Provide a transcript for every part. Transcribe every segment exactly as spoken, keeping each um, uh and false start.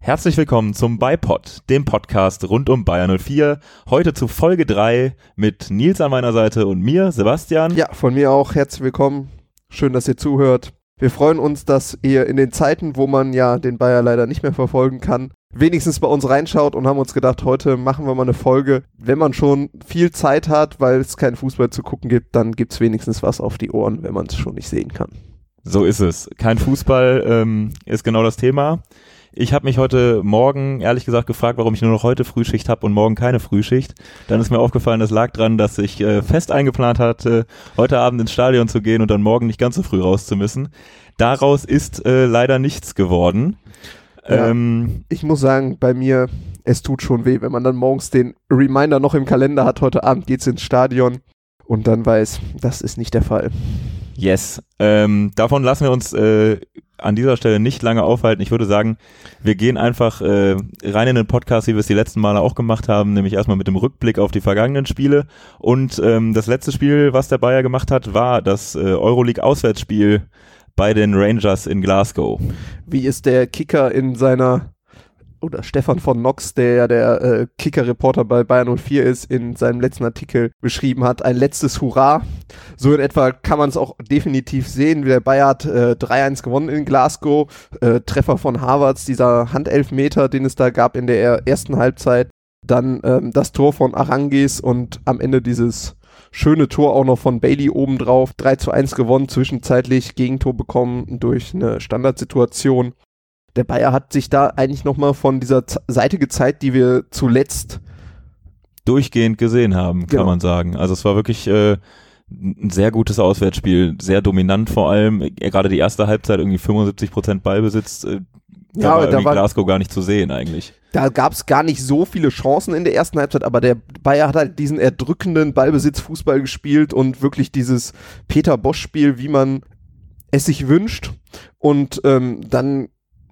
Herzlich willkommen zum BeiPod, dem Podcast rund um Bayer null vier. Heute zu Folge drei mit Nils an meiner Seite und mir, Sebastian. Ja, von mir auch herzlich willkommen. Schön, dass ihr zuhört. Wir freuen uns, dass ihr in den Zeiten, wo man ja den Bayer leider nicht mehr verfolgen kann, wenigstens bei uns reinschaut und haben uns gedacht, heute machen wir mal eine Folge. Wenn man schon viel Zeit hat, weil es keinen Fußball zu gucken gibt, dann gibt es wenigstens was auf die Ohren, wenn man es schon nicht sehen kann. So ist es. Kein Fußball ähm, ist genau das Thema. Ich habe mich heute Morgen ehrlich gesagt gefragt, warum ich nur noch heute Frühschicht habe und morgen keine Frühschicht. Dann ist mir aufgefallen, das lag dran, dass ich äh, fest eingeplant hatte, heute Abend ins Stadion zu gehen und dann morgen nicht ganz so früh raus zu müssen. Daraus ist äh, leider nichts geworden. Ja, ähm, ich muss sagen, bei mir, es tut schon weh, wenn man dann morgens den Reminder noch im Kalender hat, heute Abend geht's ins Stadion und dann weiß, das ist nicht der Fall. Yes, ähm, davon lassen wir uns äh, an dieser Stelle nicht lange aufhalten. Ich würde sagen, wir gehen einfach äh, rein in den Podcast, wie wir es die letzten Male auch gemacht haben, nämlich erstmal mit dem Rückblick auf die vergangenen Spiele. Und ähm, das letzte Spiel, was der Bayer gemacht hat, war das äh, Euroleague-Auswärtsspiel bei den Rangers in Glasgow. Wie ist der Kicker in seiner, oder Stefan von Nox, der ja der äh, Kicker-Reporter bei Bayer null vier ist, in seinem letzten Artikel beschrieben hat, ein letztes Hurra. So in etwa kann man es auch definitiv sehen. Der Bayer hat äh, drei eins gewonnen in Glasgow. Äh, Treffer von Havertz, dieser Handelfmeter, den es da gab in der ersten Halbzeit. Dann ähm, das Tor von Arangis und am Ende dieses schöne Tor auch noch von Bailey obendrauf. drei zu eins gewonnen, zwischenzeitlich Gegentor bekommen durch eine Standardsituation. Der Bayer hat sich da eigentlich nochmal von dieser Z- Seite gezeigt, die wir zuletzt durchgehend gesehen haben, kann genau. man sagen. Also es war wirklich äh, ein sehr gutes Auswärtsspiel, sehr dominant vor allem. Ja, gerade die erste Halbzeit irgendwie fünfundsiebzig Prozent Ballbesitz, äh, da ja, war da irgendwie war, Glasgow gar nicht zu sehen eigentlich. Da gab es gar nicht so viele Chancen in der ersten Halbzeit, aber der Bayer hat halt diesen erdrückenden Ballbesitz-Fußball gespielt und wirklich dieses Peter-Bosch-Spiel, wie man es sich wünscht. Und ähm, dann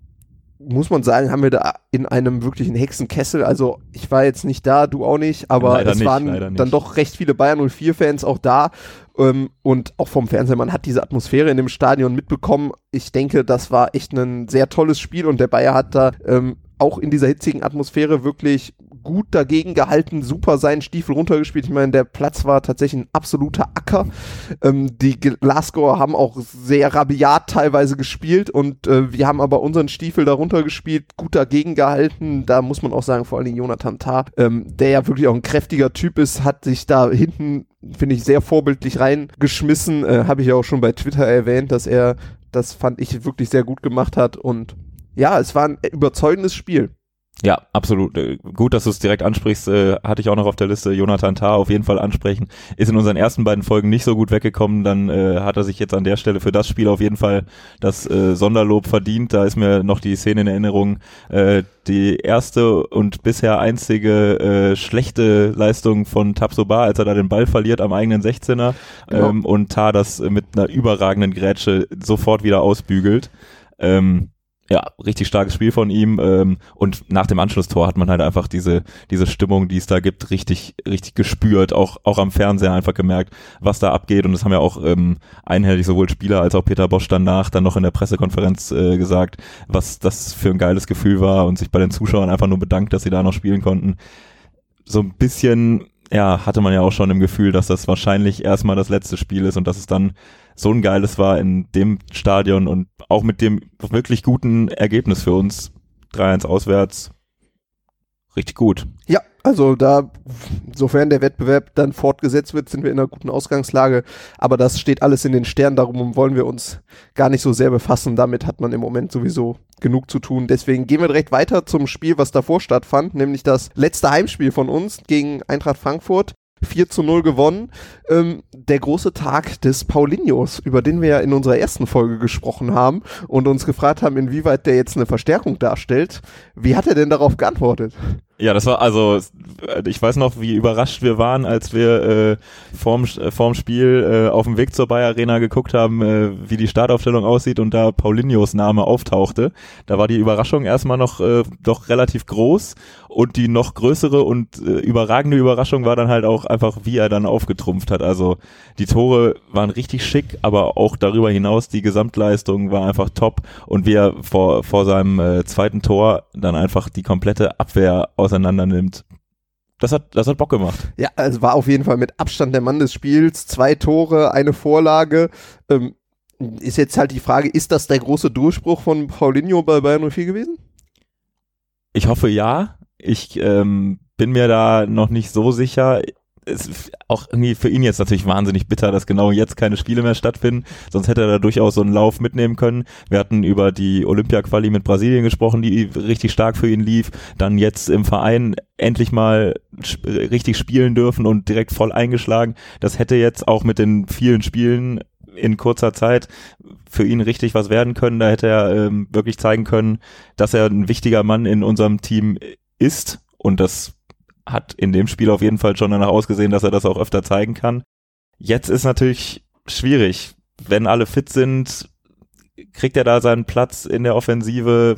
muss man sagen, haben wir da in einem wirklichen Hexenkessel, also ich war jetzt nicht da, du auch nicht, aber leider es nicht, waren dann doch recht viele Bayer null vier Fans auch da ähm, und auch vom Fernseher, man hat diese Atmosphäre in dem Stadion mitbekommen. Ich denke, das war echt ein sehr tolles Spiel und der Bayer hat da ähm, auch in dieser hitzigen Atmosphäre wirklich gut dagegen gehalten, super seinen Stiefel runtergespielt. Ich meine, der Platz war tatsächlich ein absoluter Acker. Ähm, die Glasgower haben auch sehr rabiat teilweise gespielt und äh, wir haben aber unseren Stiefel da runtergespielt, gut dagegen gehalten. Da muss man auch sagen, vor allem Jonathan Tah, ähm, der ja wirklich auch ein kräftiger Typ ist, hat sich da hinten, finde ich, sehr vorbildlich reingeschmissen. Äh, habe ich ja auch schon bei Twitter erwähnt, dass er, das fand ich, wirklich sehr gut gemacht hat und ja, es war ein überzeugendes Spiel. Ja, absolut. Gut, dass du es direkt ansprichst, äh, hatte ich auch noch auf der Liste, Jonathan Tah auf jeden Fall ansprechen. Ist in unseren ersten beiden Folgen nicht so gut weggekommen, dann äh, hat er sich jetzt an der Stelle für das Spiel auf jeden Fall das äh, Sonderlob verdient. Da ist mir noch die Szene in Erinnerung, äh, die erste und bisher einzige äh, schlechte Leistung von Tabsoba, als er da den Ball verliert am eigenen sechzehner Genau. ähm, und Tah das mit einer überragenden Grätsche sofort wieder ausbügelt. Ähm, Ja, richtig starkes Spiel von ihm ähm, und nach dem Anschlusstor hat man halt einfach diese diese Stimmung, die es da gibt, richtig richtig gespürt, auch auch am Fernseher einfach gemerkt, was da abgeht und das haben ja auch ähm, einhellig sowohl Spieler als auch Peter Bosch danach dann noch in der Pressekonferenz äh, gesagt, was das für ein geiles Gefühl war und sich bei den Zuschauern einfach nur bedankt, dass sie da noch spielen konnten. So ein bisschen, ja, hatte man ja auch schon im Gefühl, dass das wahrscheinlich erstmal das letzte Spiel ist und dass es dann so ein geiles war in dem Stadion und auch mit dem wirklich guten Ergebnis für uns. drei eins auswärts. Richtig gut. Ja, also da, sofern der Wettbewerb dann fortgesetzt wird, sind wir in einer guten Ausgangslage. Aber das steht alles in den Sternen, darum wollen wir uns gar nicht so sehr befassen. Damit hat man im Moment sowieso genug zu tun. Deswegen gehen wir direkt weiter zum Spiel, was davor stattfand, nämlich das letzte Heimspiel von uns gegen Eintracht Frankfurt. vier zu null gewonnen. Ähm, der große Tag des Paulinhos, über den wir ja in unserer ersten Folge gesprochen haben und uns gefragt haben, inwieweit der jetzt eine Verstärkung darstellt. Wie hat er denn darauf geantwortet? Ja, das war also, ich weiß noch, wie überrascht wir waren, als wir äh, vorm, vorm Spiel äh, auf dem Weg zur Bayer Arena geguckt haben, äh, wie die Startaufstellung aussieht und da Paulinhos Name auftauchte. Da war die Überraschung erstmal noch äh, doch relativ groß und die noch größere und äh, überragende Überraschung war dann halt auch einfach, wie er dann aufgetrumpft hat. Also die Tore waren richtig schick, aber auch darüber hinaus die Gesamtleistung war einfach top und wie er vor, vor seinem äh, zweiten Tor dann einfach die komplette Abwehr auseinander nimmt. Das hat, das hat Bock gemacht. Ja, also war auf jeden Fall mit Abstand der Mann des Spiels. Zwei Tore, eine Vorlage. Ähm, ist jetzt halt die Frage, ist das der große Durchbruch von Paulinho bei Bayern null vier gewesen? Ich hoffe ja. Ich ähm, bin mir da noch nicht so sicher. Es ist auch irgendwie für ihn jetzt natürlich wahnsinnig bitter, dass genau jetzt keine Spiele mehr stattfinden. Sonst hätte er da durchaus so einen Lauf mitnehmen können. Wir hatten über die Olympia-Quali mit Brasilien gesprochen, die richtig stark für ihn lief. Dann jetzt im Verein endlich mal sp- richtig spielen dürfen und direkt voll eingeschlagen. Das hätte jetzt auch mit den vielen Spielen in kurzer Zeit für ihn richtig was werden können. Da hätte er ähm, wirklich zeigen können, dass er ein wichtiger Mann in unserem Team ist und das hat in dem Spiel auf jeden Fall schon danach ausgesehen, dass er das auch öfter zeigen kann. Jetzt ist natürlich schwierig. Wenn alle fit sind, kriegt er da seinen Platz in der Offensive?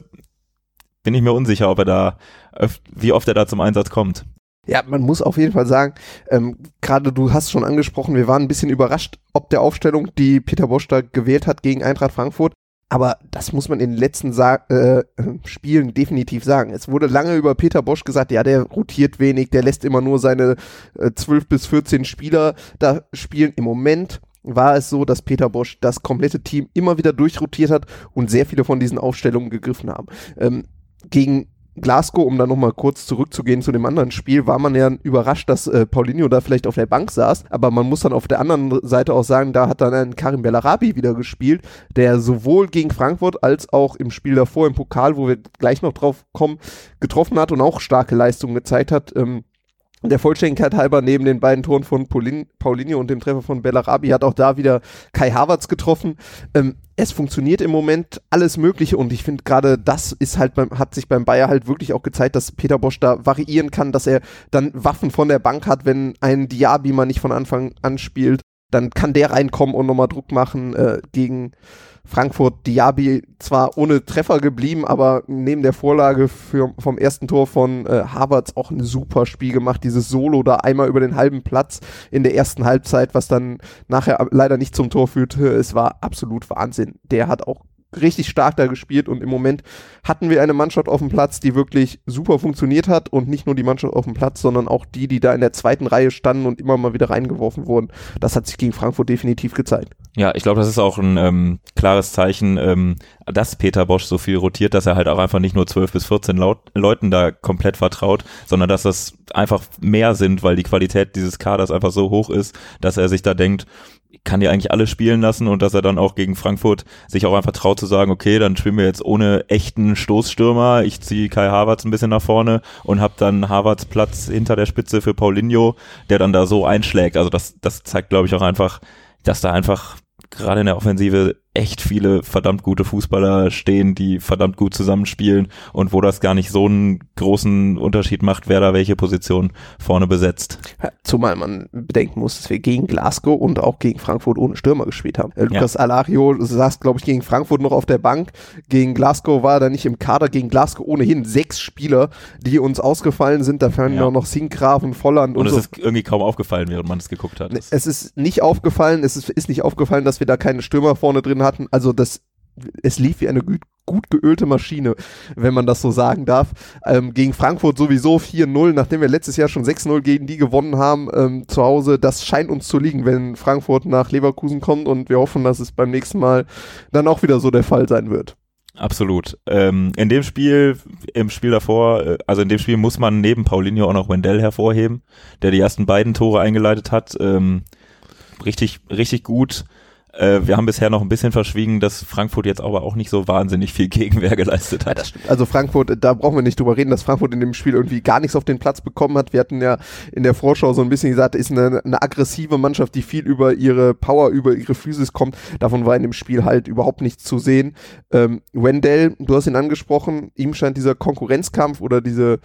Bin ich mir unsicher, ob er da, öf- wie oft er da zum Einsatz kommt. Ja, man muss auf jeden Fall sagen, ähm, gerade du hast schon angesprochen, wir waren ein bisschen überrascht, ob der Aufstellung, die Peter Bosz da gewählt hat gegen Eintracht Frankfurt. Aber das muss man in den letzten Sa- äh, Spielen definitiv sagen. Es wurde lange über Peter Bosz gesagt, ja, der rotiert wenig, der lässt immer nur seine äh, zwölf bis vierzehn Spieler da spielen. Im Moment war es so, dass Peter Bosz das komplette Team immer wieder durchrotiert hat und sehr viele von diesen Aufstellungen gegriffen haben. Ähm, gegen Glasgow, um da nochmal kurz zurückzugehen zu dem anderen Spiel, war man ja überrascht, dass äh, Paulinho da vielleicht auf der Bank saß, aber man muss dann auf der anderen Seite auch sagen, da hat dann ein Karim Bellarabi wieder gespielt, der sowohl gegen Frankfurt als auch im Spiel davor im Pokal, wo wir gleich noch drauf kommen, getroffen hat und auch starke Leistungen gezeigt hat. Ähm, Der Vollständigkeit halber, neben den beiden Toren von Paulin, Paulinho und dem Treffer von Bellarabi hat auch da wieder Kai Havertz getroffen. Ähm, es funktioniert im Moment alles Mögliche und ich finde gerade das ist halt beim, hat sich beim Bayer halt wirklich auch gezeigt, dass Peter Bosz da variieren kann, dass er dann Waffen von der Bank hat, wenn ein Diaby mal nicht von Anfang an spielt, dann kann der reinkommen und nochmal Druck machen äh, gegen Frankfurt. Diaby zwar ohne Treffer geblieben, aber neben der Vorlage für, vom ersten Tor von äh, Havertz auch ein super Spiel gemacht. Dieses Solo da einmal über den halben Platz in der ersten Halbzeit, was dann nachher leider nicht zum Tor führte. Es war absolut Wahnsinn. Der hat auch richtig stark da gespielt und im Moment hatten wir eine Mannschaft auf dem Platz, die wirklich super funktioniert hat und nicht nur die Mannschaft auf dem Platz, sondern auch die, die da in der zweiten Reihe standen und immer mal wieder reingeworfen wurden. Das hat sich gegen Frankfurt definitiv gezeigt. Ja, ich glaube, das ist auch ein ähm, klares Zeichen, ähm, dass Peter Bosz so viel rotiert, dass er halt auch einfach nicht nur zwölf bis vierzehn Laut- Leuten da komplett vertraut, sondern dass das einfach mehr sind, weil die Qualität dieses Kaders einfach so hoch ist, dass er sich da denkt, kann die eigentlich alle spielen lassen und dass er dann auch gegen Frankfurt sich auch einfach traut zu sagen, okay, dann spielen wir jetzt ohne echten Stoßstürmer, ich ziehe Kai Havertz ein bisschen nach vorne und habe dann Havertz Platz hinter der Spitze für Paulinho, der dann da so einschlägt. Also das, das zeigt, glaube ich, auch einfach, dass da einfach gerade in der Offensive echt viele verdammt gute Fußballer stehen, die verdammt gut zusammenspielen und wo das gar nicht so einen großen Unterschied macht, wer da welche Position vorne besetzt. Ja, zumal man bedenken muss, dass wir gegen Glasgow und auch gegen Frankfurt ohne Stürmer gespielt haben. Äh, Lucas ja. Alario saß, glaube ich, gegen Frankfurt noch auf der Bank. Gegen Glasgow war er da nicht im Kader. Gegen Glasgow ohnehin sechs Spieler, die uns ausgefallen sind. Da fallen ja. noch Sinkgraaf und Volland. Und, und es so. ist irgendwie kaum aufgefallen, während man es geguckt hat. Es ist nicht aufgefallen, es ist, ist nicht aufgefallen, dass wir da keine Stürmer vorne drin hatten. Also das, es lief wie eine gut, gut geölte Maschine, wenn man das so sagen darf. Ähm, gegen Frankfurt sowieso vier null, nachdem wir letztes Jahr schon sechs null gegen die gewonnen haben ähm, zu Hause. Das scheint uns zu liegen, wenn Frankfurt nach Leverkusen kommt und wir hoffen, dass es beim nächsten Mal dann auch wieder so der Fall sein wird. Absolut. Ähm, in dem Spiel, im Spiel davor, also in dem Spiel muss man neben Paulinho auch noch Wendell hervorheben, der die ersten beiden Tore eingeleitet hat. Ähm, richtig, richtig gut. Wir haben bisher noch ein bisschen verschwiegen, dass Frankfurt jetzt aber auch nicht so wahnsinnig viel Gegenwehr geleistet hat. Ja, das stimmt. Also Frankfurt, da brauchen wir nicht drüber reden, dass Frankfurt in dem Spiel irgendwie gar nichts auf den Platz bekommen hat. Wir hatten ja in der Vorschau so ein bisschen gesagt, ist eine, eine aggressive Mannschaft, die viel über ihre Power, über ihre Physis kommt. Davon war in dem Spiel halt überhaupt nichts zu sehen. Ähm, Wendell, du hast ihn angesprochen, ihm scheint dieser Konkurrenzkampf oder diese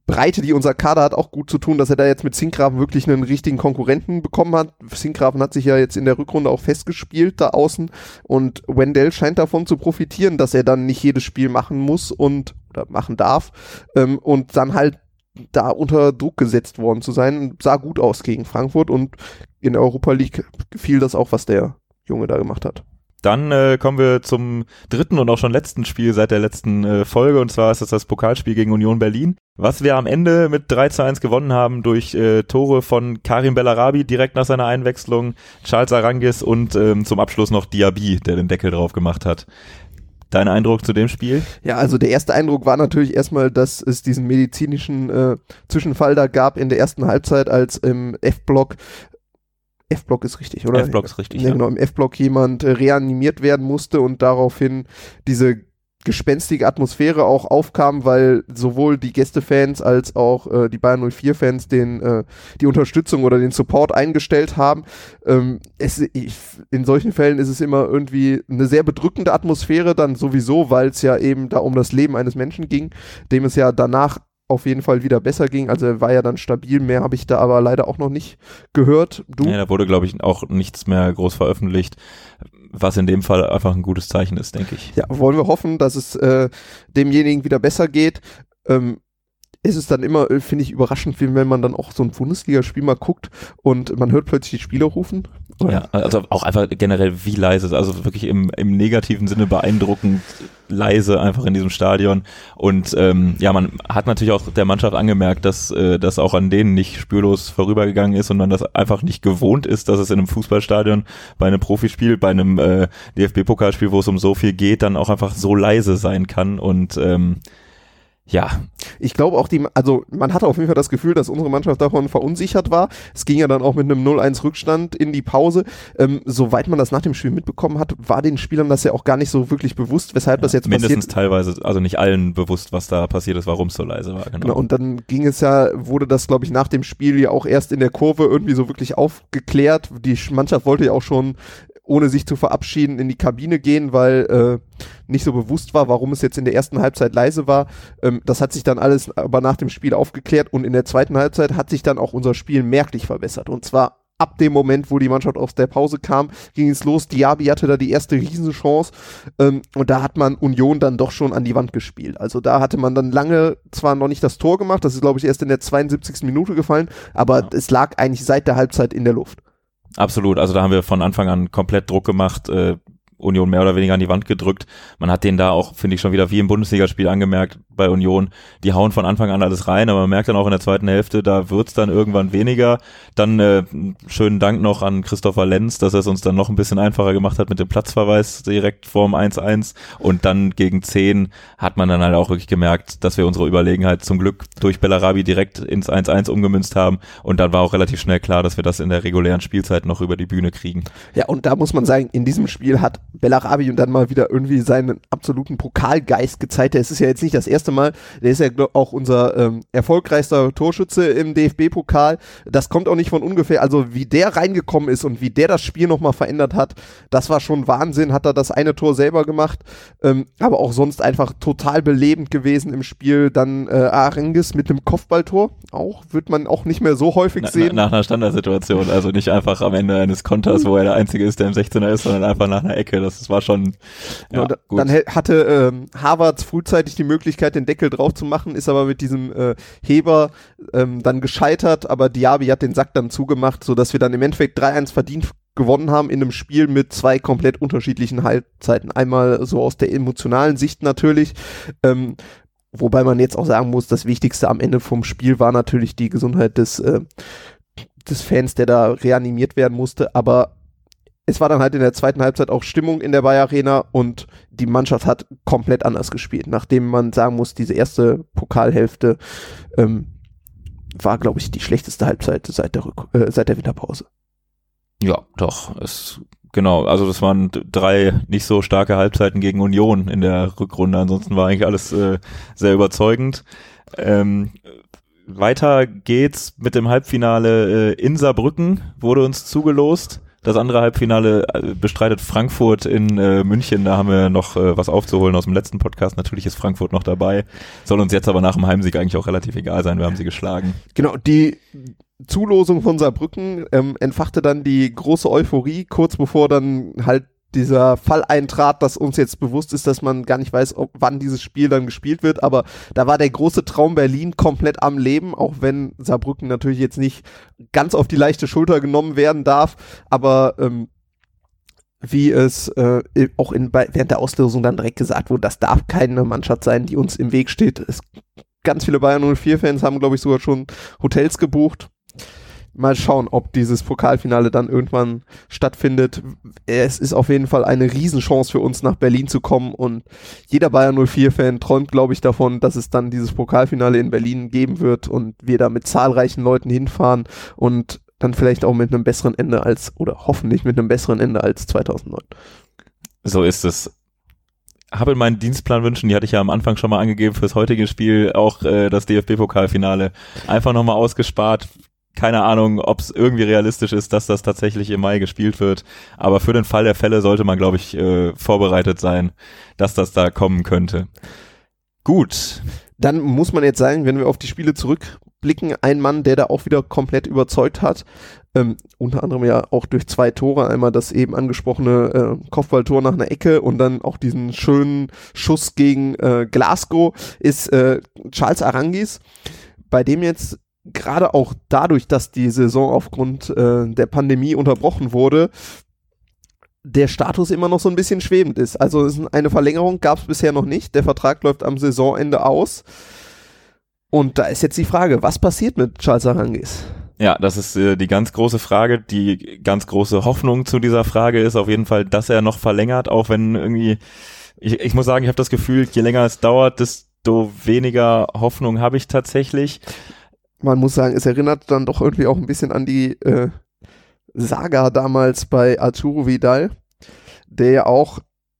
Breite, die unser Kader hat, auch gut zu tun, dass er da jetzt mit Sinkgraven wirklich einen richtigen Konkurrenten bekommen hat. Sinkgraven hat sich ja jetzt in der Rückrunde auch festgespielt da außen und Wendell scheint davon zu profitieren, dass er dann nicht jedes Spiel machen muss und oder machen darf ähm, und dann halt da unter Druck gesetzt worden zu sein. Sah gut aus gegen Frankfurt und in der Europa League gefiel das auch, was der Junge da gemacht hat. Dann äh, kommen wir zum dritten und auch schon letzten Spiel seit der letzten äh, Folge, und zwar ist das das Pokalspiel gegen Union Berlin, was wir am Ende mit drei zu eins gewonnen haben durch äh, Tore von Karim Bellarabi direkt nach seiner Einwechslung, Charles Arangis und ähm, zum Abschluss noch Diaby, der den Deckel drauf gemacht hat. Dein Eindruck zu dem Spiel? Ja, also der erste Eindruck war natürlich erstmal, dass es diesen medizinischen äh, Zwischenfall da gab in der ersten Halbzeit, als im F-Block F-Block ist richtig, oder? F-Block ist richtig, ja. Ja, genau, im F-Block jemand äh, reanimiert werden musste und daraufhin diese gespenstige Atmosphäre auch aufkam, weil sowohl die Gästefans als auch äh, die Bayern null vier Fans den, äh, die Unterstützung oder den Support eingestellt haben. Ähm, es, ich, in solchen Fällen ist es immer irgendwie eine sehr bedrückende Atmosphäre, dann sowieso, weil es ja eben da um das Leben eines Menschen ging, dem es ja danach auf jeden Fall wieder besser ging. Also er war ja dann stabil, mehr habe ich da aber leider auch noch nicht gehört. Du? Ja, da wurde, glaube ich, auch nichts mehr groß veröffentlicht, was in dem Fall einfach ein gutes Zeichen ist, denke ich. Ja, wollen wir hoffen, dass es äh, demjenigen wieder besser geht. Ähm, ist es dann immer, finde ich, überraschend, wenn man dann auch so ein Bundesligaspiel mal guckt und man hört plötzlich die Spieler rufen. Oder? Ja, also auch einfach generell wie leise, also wirklich im, im negativen Sinne beeindruckend leise einfach in diesem Stadion. Und ähm, ja, man hat natürlich auch der Mannschaft angemerkt, dass äh, das auch an denen nicht spurlos vorübergegangen ist und man das einfach nicht gewohnt ist, dass es in einem Fußballstadion bei einem Profispiel, bei einem äh, D F B-Pokalspiel, wo es um so viel geht, dann auch einfach so leise sein kann. Und ähm, ja. Ich glaube auch, die, also man hatte auf jeden Fall das Gefühl, dass unsere Mannschaft davon verunsichert war. Es ging ja dann auch mit einem null eins Rückstand in die Pause. Ähm, soweit man das nach dem Spiel mitbekommen hat, war den Spielern das ja auch gar nicht so wirklich bewusst, weshalb ja, das jetzt mindestens passiert. Mindestens teilweise, also nicht allen bewusst, was da passiert ist, warum es so leise war. Genau. Genau, und dann ging es ja, wurde das, glaube ich, nach dem Spiel ja auch erst in der Kurve irgendwie so wirklich aufgeklärt. Die Mannschaft wollte ja auch schon, ohne sich zu verabschieden, in die Kabine gehen, weil äh, nicht so bewusst war, warum es jetzt in der ersten Halbzeit leise war. Ähm, das hat sich dann alles aber nach dem Spiel aufgeklärt und in der zweiten Halbzeit hat sich dann auch unser Spiel merklich verbessert. Und zwar ab dem Moment, wo die Mannschaft aus der Pause kam, ging es los. Diaby hatte da die erste Riesenchance ähm, und da hat man Union dann doch schon an die Wand gespielt. Also da hatte man dann lange zwar noch nicht das Tor gemacht, das ist, glaube ich, erst in der zweiundsiebzigsten Minute gefallen, aber ja. Es lag eigentlich seit der Halbzeit in der Luft. Absolut, also da haben wir von Anfang an komplett Druck gemacht, äh, Union mehr oder weniger an die Wand gedrückt. Man hat denen da auch, finde ich, schon wieder wie im Bundesligaspiel angemerkt bei Union, die hauen von Anfang an alles rein, aber man merkt dann auch in der zweiten Hälfte, da wird's dann irgendwann weniger. Dann äh, schönen Dank noch an Christopher Lenz, dass er es uns dann noch ein bisschen einfacher gemacht hat mit dem Platzverweis direkt vorm eins eins und dann gegen zehn hat man dann halt auch wirklich gemerkt, dass wir unsere Überlegenheit zum Glück durch Bellarabi direkt ins eins eins umgemünzt haben und dann war auch relativ schnell klar, dass wir das in der regulären Spielzeit noch über die Bühne kriegen. Ja, und da muss man sagen, in diesem Spiel hat Bellarabi und dann mal wieder irgendwie seinen absoluten Pokalgeist gezeigt. Es ist ja jetzt nicht das erste Mal, der ist ja auch unser ähm, erfolgreichster Torschütze im D F B-Pokal. Das kommt auch nicht von ungefähr. Also wie der reingekommen ist und wie der das Spiel nochmal verändert hat, das war schon Wahnsinn. Hat er das eine Tor selber gemacht, ähm, aber auch sonst einfach total belebend gewesen im Spiel. Dann äh, Arangis mit einem Kopfballtor, auch wird man auch nicht mehr so häufig na, sehen. Na, nach einer Standardsituation, also nicht einfach am Ende eines Konters, wo er der Einzige ist, der im sechzehner ist, sondern einfach nach einer Ecke. Das war schon ja, ja, da, gut. Dann hatte ähm, Havertz frühzeitig die Möglichkeit, den Deckel drauf zu machen, ist aber mit diesem äh, Heber ähm, dann gescheitert, aber Diaby hat den Sack dann zugemacht, sodass wir dann im Endeffekt drei eins verdient gewonnen haben in einem Spiel mit zwei komplett unterschiedlichen Halbzeiten. Einmal so aus der emotionalen Sicht natürlich, ähm, wobei man jetzt auch sagen muss, das Wichtigste am Ende vom Spiel war natürlich die Gesundheit des, äh, des Fans, der da reanimiert werden musste, aber es war dann halt in der zweiten Halbzeit auch Stimmung in der Bayer Arena und die Mannschaft hat komplett anders gespielt, nachdem man sagen muss, diese erste Pokalhälfte ähm, war, glaube ich, die schlechteste Halbzeit seit der, Rück- äh, seit der Winterpause. Ja, doch, es, genau, also das waren drei nicht so starke Halbzeiten gegen Union in der Rückrunde, ansonsten war eigentlich alles äh, sehr überzeugend. Ähm, weiter geht's mit dem Halbfinale äh, in Saarbrücken, wurde uns zugelost. Das andere Halbfinale bestreitet Frankfurt in äh, München. Da haben wir noch äh, was aufzuholen aus dem letzten Podcast. Natürlich ist Frankfurt noch dabei. Soll uns jetzt aber nach dem Heimsieg eigentlich auch relativ egal sein. Wir haben sie geschlagen. Genau, die Zulosung von Saarbrücken ähm, entfachte dann die große Euphorie, kurz bevor dann halt dieser Fall eintrat, dass uns jetzt bewusst ist, dass man gar nicht weiß, ob, wann dieses Spiel dann gespielt wird, aber da war der große Traum Berlin komplett am Leben, auch wenn Saarbrücken natürlich jetzt nicht ganz auf die leichte Schulter genommen werden darf, aber ähm, wie es äh, auch in, bei, während der Auslosung dann direkt gesagt wurde, das darf keine Mannschaft sein, die uns im Weg steht. Es, ganz viele Bayern null vier Fans haben, glaube ich, sogar schon Hotels gebucht. Mal schauen, ob dieses Pokalfinale dann irgendwann stattfindet. Es ist auf jeden Fall eine Riesenchance für uns, nach Berlin zu kommen, und jeder Bayern null vier Fan träumt, glaube ich, davon, dass es dann dieses Pokalfinale in Berlin geben wird und wir da mit zahlreichen Leuten hinfahren und dann vielleicht auch mit einem besseren Ende als, oder hoffentlich mit einem besseren Ende als zweitausendneun. So ist es. Habe in meinen Dienstplanwünschen, die hatte ich ja am Anfang schon mal angegeben, fürs heutige Spiel auch äh, das D F B-Pokalfinale einfach nochmal ausgespart. Keine Ahnung, ob es irgendwie realistisch ist, dass das tatsächlich im Mai gespielt wird. Aber für den Fall der Fälle sollte man, glaube ich, äh, vorbereitet sein, dass das da kommen könnte. Gut. Dann muss man jetzt sagen, wenn wir auf die Spiele zurückblicken, ein Mann, der da auch wieder komplett überzeugt hat, ähm, unter anderem ja auch durch zwei Tore, einmal das eben angesprochene äh, Kopfballtor nach einer Ecke und dann auch diesen schönen Schuss gegen äh, Glasgow, ist äh, Charles Aránguiz, bei dem jetzt gerade auch dadurch, dass die Saison aufgrund äh, der Pandemie unterbrochen wurde, der Status immer noch so ein bisschen schwebend ist. Also eine Verlängerung gab es bisher noch nicht. Der Vertrag läuft am Saisonende aus. Und da ist jetzt die Frage, was passiert mit Charles Aránguiz? Ja, das ist äh, die ganz große Frage. Die ganz große Hoffnung zu dieser Frage ist auf jeden Fall, dass er noch verlängert, auch wenn irgendwie, ich, ich muss sagen, ich habe das Gefühl, je länger es dauert, desto weniger Hoffnung habe ich tatsächlich. Man muss sagen, es erinnert dann doch irgendwie auch ein bisschen an die äh, Saga damals bei Arturo Vidal, der ja auch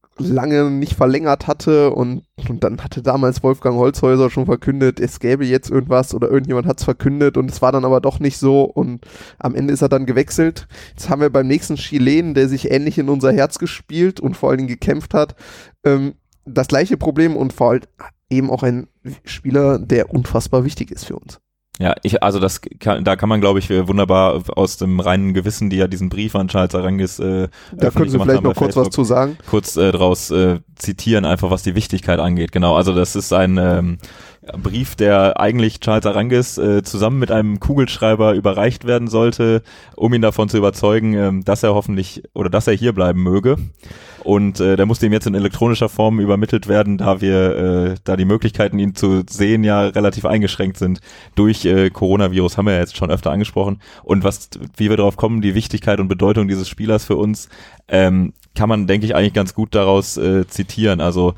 lange nicht verlängert hatte und, und dann hatte damals Wolfgang Holzhäuser schon verkündet, es gäbe jetzt irgendwas oder irgendjemand hat es verkündet und es war dann aber doch nicht so und am Ende ist er dann gewechselt. Jetzt haben wir beim nächsten Chilen, der sich ähnlich in unser Herz gespielt und vor allen Dingen gekämpft hat, ähm, das gleiche Problem und vor allem eben auch ein Spieler, der unfassbar wichtig ist für uns. Ja, ich, also das kann, da kann man, glaube ich, wunderbar aus dem reinen Gewissen, die ja diesen Brief an Charles Aránguiz äh, da können Sie vielleicht noch kurz Facebook, was zu sagen. Kurz äh, draus äh, zitieren, einfach was die Wichtigkeit angeht. Genau, also das ist ein ähm, Brief, der eigentlich Charles Aránguiz äh, zusammen mit einem Kugelschreiber überreicht werden sollte, um ihn davon zu überzeugen, äh, dass er hoffentlich oder dass er hier bleiben möge. Und äh, der musste ihm jetzt in elektronischer Form übermittelt werden, da wir, äh, da die Möglichkeiten, ihn zu sehen, ja relativ eingeschränkt sind durch äh, Coronavirus, haben wir ja jetzt schon öfter angesprochen. Und was, wie wir darauf kommen, die Wichtigkeit und Bedeutung dieses Spielers für uns, ähm, kann man, denke ich, eigentlich ganz gut daraus äh, zitieren. Also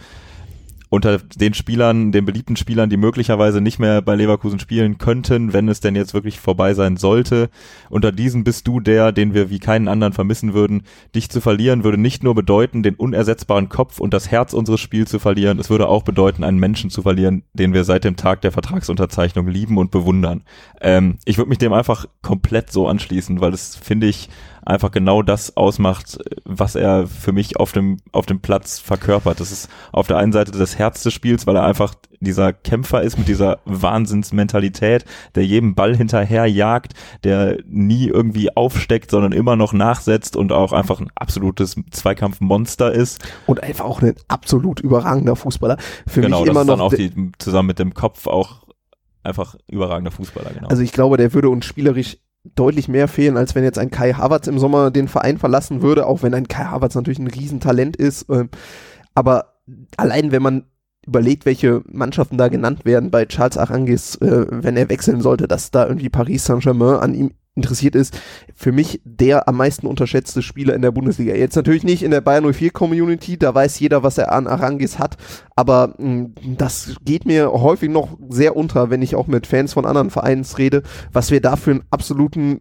unter den Spielern, den beliebten Spielern, die möglicherweise nicht mehr bei Leverkusen spielen könnten, wenn es denn jetzt wirklich vorbei sein sollte. Unter diesen bist du der, den wir wie keinen anderen vermissen würden. Dich zu verlieren würde nicht nur bedeuten, den unersetzbaren Kopf und das Herz unseres Spiels zu verlieren, es würde auch bedeuten, einen Menschen zu verlieren, den wir seit dem Tag der Vertragsunterzeichnung lieben und bewundern. Ähm, ich würde mich dem einfach komplett so anschließen, weil das, finde ich, einfach genau das ausmacht, was er für mich auf dem auf dem Platz verkörpert. Das ist auf der einen Seite das Herz des Spiels, weil er einfach dieser Kämpfer ist mit dieser Wahnsinnsmentalität, der jedem Ball hinterher jagt, der nie irgendwie aufsteckt, sondern immer noch nachsetzt und auch einfach ein absolutes Zweikampfmonster ist. Und einfach auch ein absolut überragender Fußballer. Für genau, mich das immer ist noch dann auch die, zusammen mit dem Kopf auch einfach überragender Fußballer. Genau. Also ich glaube, der würde uns spielerisch deutlich mehr fehlen, als wenn jetzt ein Kai Havertz im Sommer den Verein verlassen würde, auch wenn ein Kai Havertz natürlich ein Riesentalent ist. Ähm, aber allein, wenn man überlegt, welche Mannschaften da genannt werden bei Charles Aránguiz, äh, wenn er wechseln sollte, dass da irgendwie Paris Saint-Germain an ihm interessiert ist, für mich der am meisten unterschätzte Spieler in der Bundesliga. Jetzt natürlich nicht in der Bayern null vier Community, da weiß jeder, was er an Aránguiz hat, aber mh, das geht mir häufig noch sehr unter, wenn ich auch mit Fans von anderen Vereinen rede, was wir da für einen absoluten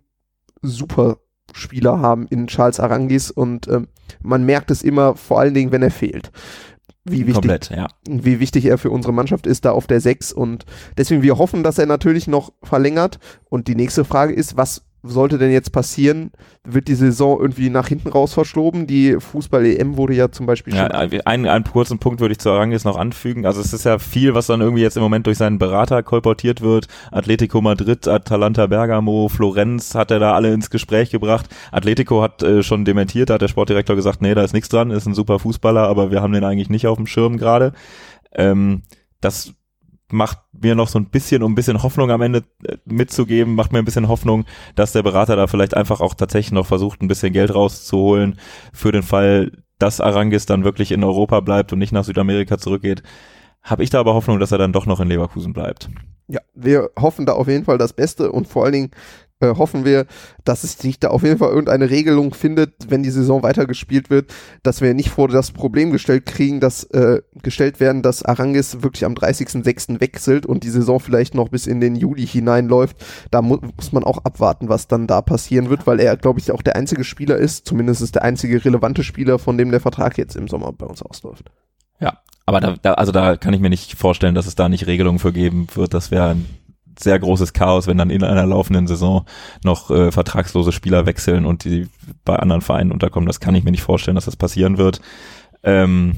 Superspieler haben in Charles Aránguiz und ähm, man merkt es immer, vor allen Dingen, wenn er fehlt. Wie wichtig, Komplett, ja. wie wichtig er für unsere Mannschaft ist, da auf der sechs und deswegen wir hoffen, dass er natürlich noch verlängert und die nächste Frage ist, was sollte denn jetzt passieren? Wird die Saison irgendwie nach hinten raus verschoben? Die Fußball-E M wurde ja zum Beispiel ja, schon... Einen, einen kurzen Punkt würde ich zu Aránguiz noch anfügen. Also es ist ja viel, was dann irgendwie jetzt im Moment durch seinen Berater kolportiert wird. Atletico Madrid, Atalanta Bergamo, Florenz hat er da alle ins Gespräch gebracht. Atletico hat äh, schon dementiert, da hat der Sportdirektor gesagt, nee, da ist nichts dran, ist ein super Fußballer, aber wir haben den eigentlich nicht auf dem Schirm gerade. Ähm, das macht mir noch so ein bisschen, um ein bisschen Hoffnung am Ende mitzugeben, macht mir ein bisschen Hoffnung, dass der Berater da vielleicht einfach auch tatsächlich noch versucht, ein bisschen Geld rauszuholen für den Fall, dass Aránguiz dann wirklich in Europa bleibt und nicht nach Südamerika zurückgeht. Habe ich da aber Hoffnung, dass er dann doch noch in Leverkusen bleibt. Ja, wir hoffen da auf jeden Fall das Beste und vor allen Dingen äh, hoffen wir, dass es sich da auf jeden Fall irgendeine Regelung findet, wenn die Saison weitergespielt wird, dass wir nicht vor das Problem gestellt kriegen, dass äh, gestellt werden, dass Aránguiz wirklich am dreißigsten sechsten wechselt und die Saison vielleicht noch bis in den Juli hineinläuft. Da mu- muss man auch abwarten, was dann da passieren wird, weil er, glaube ich, auch der einzige Spieler ist, zumindest ist der einzige relevante Spieler, von dem der Vertrag jetzt im Sommer bei uns ausläuft. Ja, aber da, da also da kann ich mir nicht vorstellen, dass es da nicht Regelungen für geben wird. Das wäre ein sehr großes Chaos, wenn dann in einer laufenden Saison noch äh, vertragslose Spieler wechseln und die bei anderen Vereinen unterkommen. Das kann ich mir nicht vorstellen, dass das passieren wird. Ähm,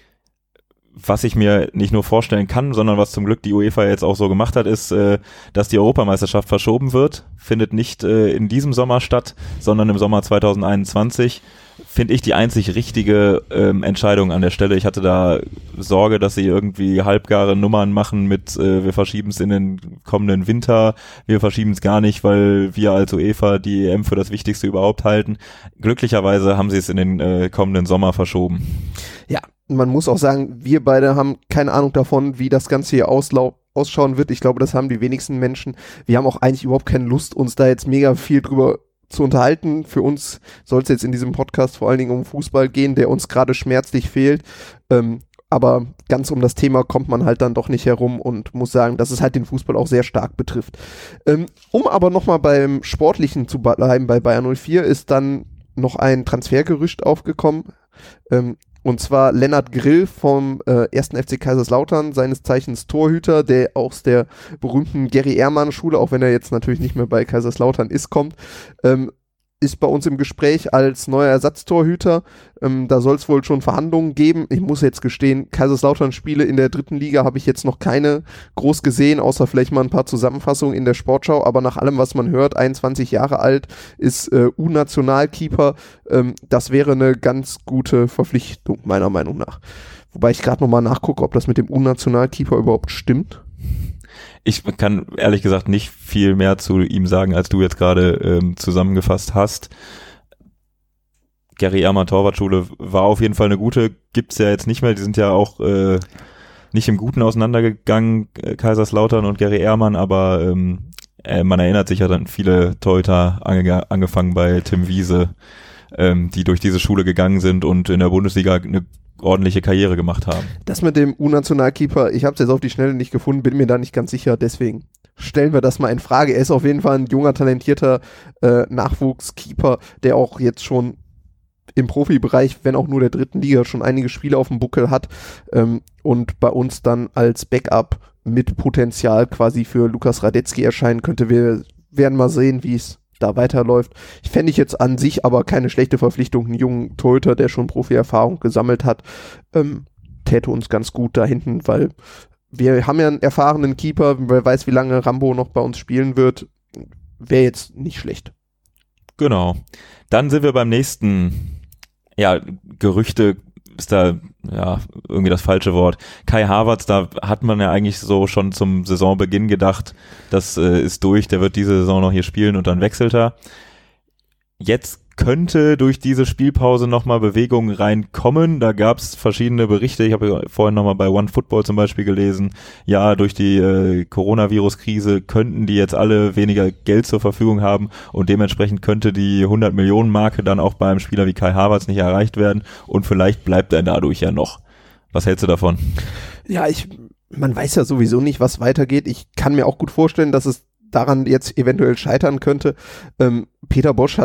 was ich mir nicht nur vorstellen kann, sondern was zum Glück die UEFA jetzt auch so gemacht hat, ist, äh, dass die Europameisterschaft verschoben wird. Findet nicht äh, in diesem Sommer statt, sondern im Sommer zwanzig einundzwanzig. Finde ich die einzig richtige ähm, Entscheidung an der Stelle. Ich hatte da Sorge, dass sie irgendwie halbgare Nummern machen mit äh, wir verschieben es in den kommenden Winter, wir verschieben es gar nicht, weil wir als UEFA die E M für das Wichtigste überhaupt halten. Glücklicherweise haben sie es in den äh, kommenden Sommer verschoben. Ja, man muss auch sagen, wir beide haben keine Ahnung davon, wie das Ganze hier auslau- ausschauen wird. Ich glaube, das haben die wenigsten Menschen. Wir haben auch eigentlich überhaupt keine Lust, uns da jetzt mega viel drüber zu unterhalten. Für uns soll es jetzt in diesem Podcast vor allen Dingen um Fußball gehen, der uns gerade schmerzlich fehlt. Ähm, aber ganz um das Thema kommt man halt dann doch nicht herum und muss sagen, dass es halt den Fußball auch sehr stark betrifft. Ähm, um aber nochmal beim Sportlichen zu bleiben, bei Bayer null vier ist dann noch ein Transfergerücht aufgekommen. Ähm, Und zwar Lennart Grill vom äh, ersten F C Kaiserslautern, seines Zeichens Torhüter, der aus der berühmten Gary-Ehrmann-Schule, auch wenn er jetzt natürlich nicht mehr bei Kaiserslautern ist, kommt, ähm, ist bei uns im Gespräch als neuer Ersatztorhüter. Ähm, da soll es wohl schon Verhandlungen geben. Ich muss jetzt gestehen, Kaiserslautern-Spiele in der dritten Liga habe ich jetzt noch keine groß gesehen, außer vielleicht mal ein paar Zusammenfassungen in der Sportschau. Aber nach allem, was man hört, einundzwanzig Jahre alt, ist äh, U-Nationalkeeper. Ähm, das wäre eine ganz gute Verpflichtung, meiner Meinung nach. Wobei ich gerade nochmal nachgucke, ob das mit dem U-Nationalkeeper überhaupt stimmt. Ich kann ehrlich gesagt nicht viel mehr zu ihm sagen, als du jetzt gerade ähm, zusammengefasst hast. Gary Ehrmann Torwartschule war auf jeden Fall eine gute, gibt's ja jetzt nicht mehr, die sind ja auch äh, nicht im Guten auseinandergegangen, äh, Kaiserslautern und Gary Ehrmann, aber ähm, äh, man erinnert sich ja dann viele Torhüter, ange- angefangen bei Tim Wiese, ähm, die durch diese Schule gegangen sind und in der Bundesliga eine ordentliche Karriere gemacht haben. Das mit dem U-Nationalkeeper, ich habe es jetzt auf die Schnelle nicht gefunden, bin mir da nicht ganz sicher, deswegen stellen wir das mal in Frage. Er ist auf jeden Fall ein junger, talentierter äh, Nachwuchskeeper, der auch jetzt schon im Profibereich, wenn auch nur der dritten Liga, schon einige Spiele auf dem Buckel hat ähm, und bei uns dann als Backup mit Potenzial quasi für Lukas Radetzky erscheinen könnte. Wir werden mal sehen, wie es da weiterläuft. Ich fände ich jetzt an sich aber keine schlechte Verpflichtung, einen jungen Torhüter, der schon Profi-Erfahrung gesammelt hat, ähm, täte uns ganz gut da hinten, weil wir haben ja einen erfahrenen Keeper, wer weiß, wie lange Rambo noch bei uns spielen wird, wäre jetzt nicht schlecht. Genau. Dann sind wir beim nächsten, ja, Gerüchte ist da ja irgendwie das falsche Wort. Kai Havertz, da hat man ja eigentlich so schon zum Saisonbeginn gedacht, das äh, ist durch, der wird diese Saison noch hier spielen und dann wechselt er. Jetzt könnte durch diese Spielpause nochmal Bewegung reinkommen. Da gab es verschiedene Berichte. Ich habe vorhin nochmal bei OneFootball zum Beispiel gelesen, ja, durch die äh, Coronavirus-Krise könnten die jetzt alle weniger Geld zur Verfügung haben und dementsprechend könnte die hundert Millionen Marke dann auch beim Spieler wie Kai Havertz nicht erreicht werden und vielleicht bleibt er dadurch ja noch. Was hältst du davon? Ja, ich, man weiß ja sowieso nicht, was weitergeht. Ich kann mir auch gut vorstellen, dass es daran jetzt eventuell scheitern könnte. Ähm, Peter Bosch hat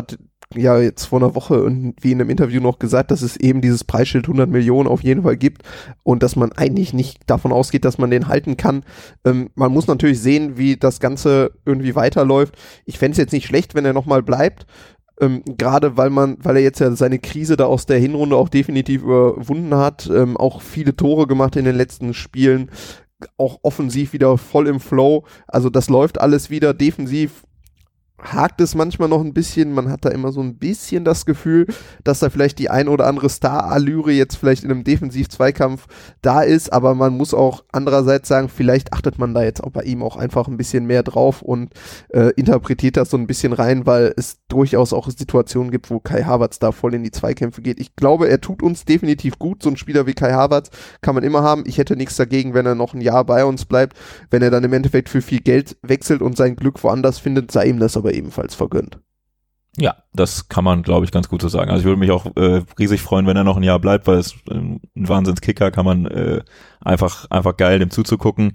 ja jetzt vor einer Woche irgendwie in einem Interview noch gesagt, dass es eben dieses Preisschild hundert Millionen auf jeden Fall gibt und dass man eigentlich nicht davon ausgeht, dass man den halten kann. Ähm, man muss natürlich sehen, wie das Ganze irgendwie weiterläuft. Ich fände es jetzt nicht schlecht, wenn er nochmal bleibt. Ähm, gerade weil man, weil er jetzt ja seine Krise da aus der Hinrunde auch definitiv überwunden hat, ähm, auch viele Tore gemacht in den letzten Spielen, auch offensiv wieder voll im Flow, also das läuft alles wieder, defensiv hakt es manchmal noch ein bisschen, man hat da immer so ein bisschen das Gefühl, dass da vielleicht die ein oder andere Star-Allüre jetzt vielleicht in einem Defensiv-Zweikampf da ist, aber man muss auch andererseits sagen, vielleicht achtet man da jetzt auch bei ihm auch einfach ein bisschen mehr drauf und äh, interpretiert das so ein bisschen rein, weil es durchaus auch Situationen gibt, wo Kai Havertz da voll in die Zweikämpfe geht. Ich glaube, er tut uns definitiv gut, so ein Spieler wie Kai Havertz kann man immer haben. Ich hätte nichts dagegen, wenn er noch ein Jahr bei uns bleibt, wenn er dann im Endeffekt für viel Geld wechselt und sein Glück woanders findet, sei ihm das aber ebenfalls vergönnt. Ja, das kann man, glaube ich, ganz gut so sagen. Also ich würde mich auch äh, riesig freuen, wenn er noch ein Jahr bleibt, weil es äh, ein Wahnsinnskicker, kann man äh, einfach einfach geil dem zuzugucken.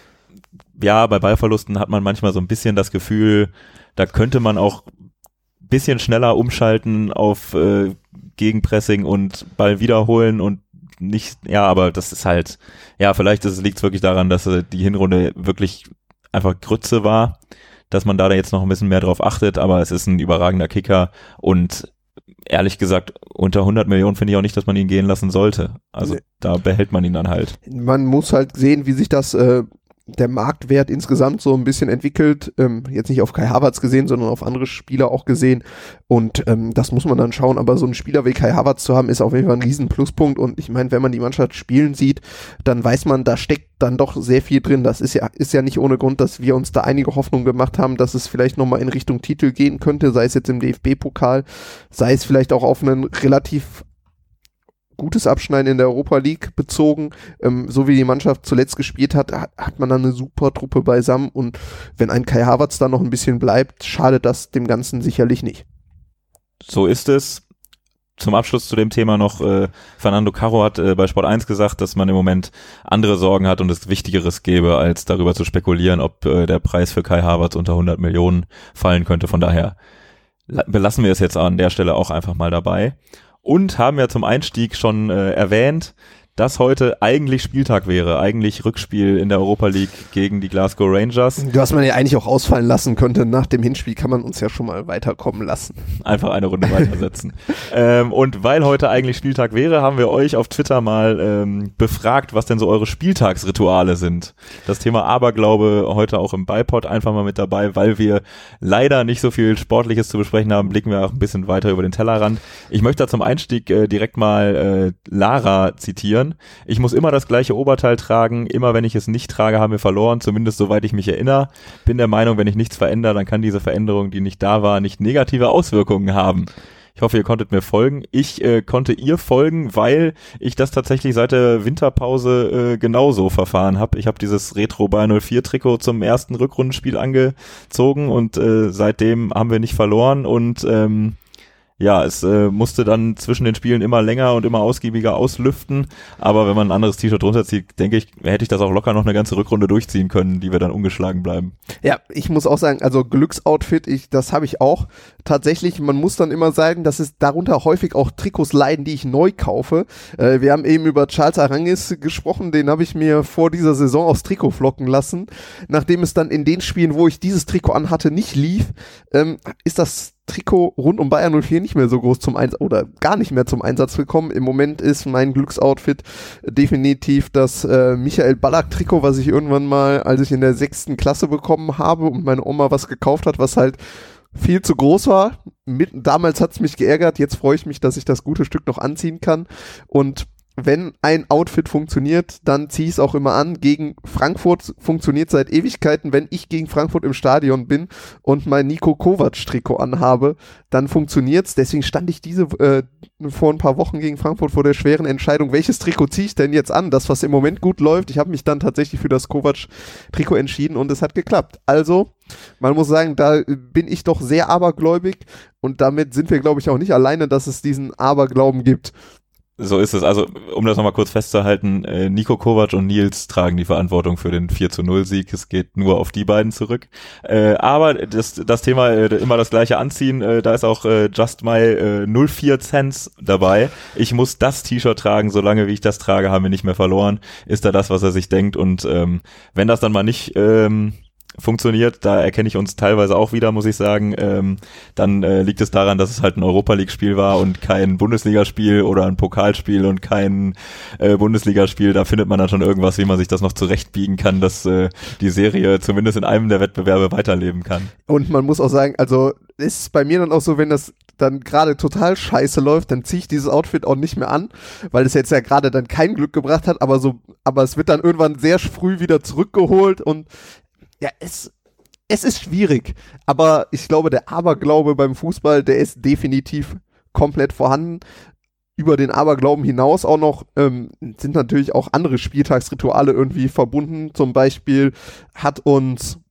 Ja, bei Ballverlusten hat man manchmal so ein bisschen das Gefühl, da könnte man auch ein bisschen schneller umschalten auf äh, Gegenpressing und Ball wiederholen und nicht, ja, aber das ist halt, ja, vielleicht liegt es wirklich daran, dass äh, die Hinrunde wirklich einfach Grütze war, dass man da jetzt noch ein bisschen mehr drauf achtet, aber es ist ein überragender Kicker und ehrlich gesagt, unter hundert Millionen finde ich auch nicht, dass man ihn gehen lassen sollte. Also nee. Da behält man ihn dann halt. Man muss halt sehen, wie sich das äh, der Marktwert insgesamt so ein bisschen entwickelt, ähm, jetzt nicht auf Kai Havertz gesehen, sondern auf andere Spieler auch gesehen und ähm, das muss man dann schauen, aber so einen Spieler wie Kai Havertz zu haben, ist auf jeden Fall ein riesen Pluspunkt und ich meine, wenn man die Mannschaft spielen sieht, dann weiß man, da steckt dann doch sehr viel drin, das ist ja, ist ja nicht ohne Grund, dass wir uns da einige Hoffnungen gemacht haben, dass es vielleicht nochmal in Richtung Titel gehen könnte, sei es jetzt im D F B-Pokal, sei es vielleicht auch auf einen relativ gutes Abschneiden in der Europa League bezogen, ähm, so wie die Mannschaft zuletzt gespielt hat, hat, hat man dann eine super Truppe beisammen und wenn ein Kai Havertz da noch ein bisschen bleibt, schadet das dem Ganzen sicherlich nicht. So ist es. Zum Abschluss zu dem Thema noch, äh, Fernando Caro hat äh, bei Sport eins gesagt, dass man im Moment andere Sorgen hat und es Wichtigeres gäbe, als darüber zu spekulieren, ob äh, der Preis für Kai Havertz unter hundert Millionen fallen könnte. Von daher belassen wir es jetzt an der Stelle auch einfach mal dabei. Und haben ja zum Einstieg schon äh, erwähnt, dass heute eigentlich Spieltag wäre, eigentlich Rückspiel in der Europa League gegen die Glasgow Rangers. Du hast man ja eigentlich auch ausfallen lassen könnte. Nach dem Hinspiel kann man uns ja schon mal weiterkommen lassen. Einfach eine Runde weitersetzen. ähm, und weil heute eigentlich Spieltag wäre, haben wir euch auf Twitter mal ähm, befragt, was denn so eure Spieltagsrituale sind. Das Thema Aberglaube heute auch im Beipod einfach mal mit dabei, weil wir leider nicht so viel Sportliches zu besprechen haben, blicken wir auch ein bisschen weiter über den Tellerrand. Ich möchte da zum Einstieg äh, direkt mal äh, Lara zitieren. Ich muss immer das gleiche Oberteil tragen, immer wenn ich es nicht trage, haben wir verloren, zumindest soweit ich mich erinnere. Bin der Meinung, wenn ich nichts verändere, dann kann diese Veränderung, die nicht da war, nicht negative Auswirkungen haben. Ich hoffe, ihr konntet mir folgen. Ich äh, konnte ihr folgen, weil ich das tatsächlich seit der Winterpause äh, genauso verfahren habe. Ich habe dieses Retro Bayern null vier Trikot zum ersten Rückrundenspiel angezogen und äh, seitdem haben wir nicht verloren und ähm, ja, es äh, musste dann zwischen den Spielen immer länger und immer ausgiebiger auslüften, aber wenn man ein anderes T-Shirt drunter zieht, denke ich, hätte ich das auch locker noch eine ganze Rückrunde durchziehen können, die wir dann ungeschlagen bleiben. Ja, ich muss auch sagen, also Glücksoutfit, ich, das habe ich auch. Tatsächlich, man muss dann immer sagen, dass es darunter häufig auch Trikots leiden, die ich neu kaufe. Äh, wir haben eben über Charles Arangis gesprochen, den habe ich mir vor dieser Saison aufs Trikot flocken lassen. Nachdem es dann in den Spielen, wo ich dieses Trikot anhatte, nicht lief, ähm, ist das Trikot rund um Bayern null vier nicht mehr so groß zum Einsatz oder gar nicht mehr zum Einsatz gekommen. Im Moment ist mein Glücksoutfit definitiv das äh, Michael Ballack Trikot, was ich irgendwann mal, als ich in der sechsten Klasse bekommen habe und meine Oma was gekauft hat, was halt viel zu groß war. Mit, damals hat es mich geärgert, jetzt freue ich mich, dass ich das gute Stück noch anziehen kann und wenn ein Outfit funktioniert, dann ziehe ich es auch immer an. Gegen Frankfurt funktioniert seit Ewigkeiten. Wenn ich gegen Frankfurt im Stadion bin und mein Niko Kovac-Trikot anhabe, dann funktioniert's. Deswegen stand ich diese äh, vor ein paar Wochen gegen Frankfurt vor der schweren Entscheidung, welches Trikot ziehe ich denn jetzt an? Das, was im Moment gut läuft. Ich habe mich dann tatsächlich für das Kovac-Trikot entschieden und es hat geklappt. Also, man muss sagen, da bin ich doch sehr abergläubig und damit sind wir, glaube ich, auch nicht alleine, dass es diesen Aberglauben gibt. So ist es. Also, um das nochmal kurz festzuhalten, äh, Niko Kovac und Nils tragen die Verantwortung für den vier zu null Sieg. Es geht nur auf die beiden zurück. Äh, aber das, das Thema äh, immer das gleiche anziehen, äh, da ist auch äh, Just My äh, null vier Cents dabei. Ich muss das T-Shirt tragen, solange wie ich das trage, haben wir nicht mehr verloren. Ist da das, was er sich denkt. Und ähm, wenn das dann mal nicht ähm, funktioniert, da erkenne ich uns teilweise auch wieder, muss ich sagen, ähm, dann äh, liegt es daran, dass es halt ein Europa-League-Spiel war und kein Bundesligaspiel oder ein Pokalspiel und kein äh, Bundesligaspiel. Da findet man dann schon irgendwas, wie man sich das noch zurechtbiegen kann, dass äh, die Serie zumindest in einem der Wettbewerbe weiterleben kann. Und man muss auch sagen, also ist es bei mir dann auch so, wenn das dann gerade total scheiße läuft, dann ziehe ich dieses Outfit auch nicht mehr an, weil es jetzt ja gerade dann kein Glück gebracht hat, aber so, aber es wird dann irgendwann sehr früh wieder zurückgeholt und ja, es, es ist schwierig, aber ich glaube, der Aberglaube beim Fußball, der ist definitiv komplett vorhanden. Über den Aberglauben hinaus auch noch ähm, sind natürlich auch andere Spieltagsrituale irgendwie verbunden. Zum Beispiel hat uns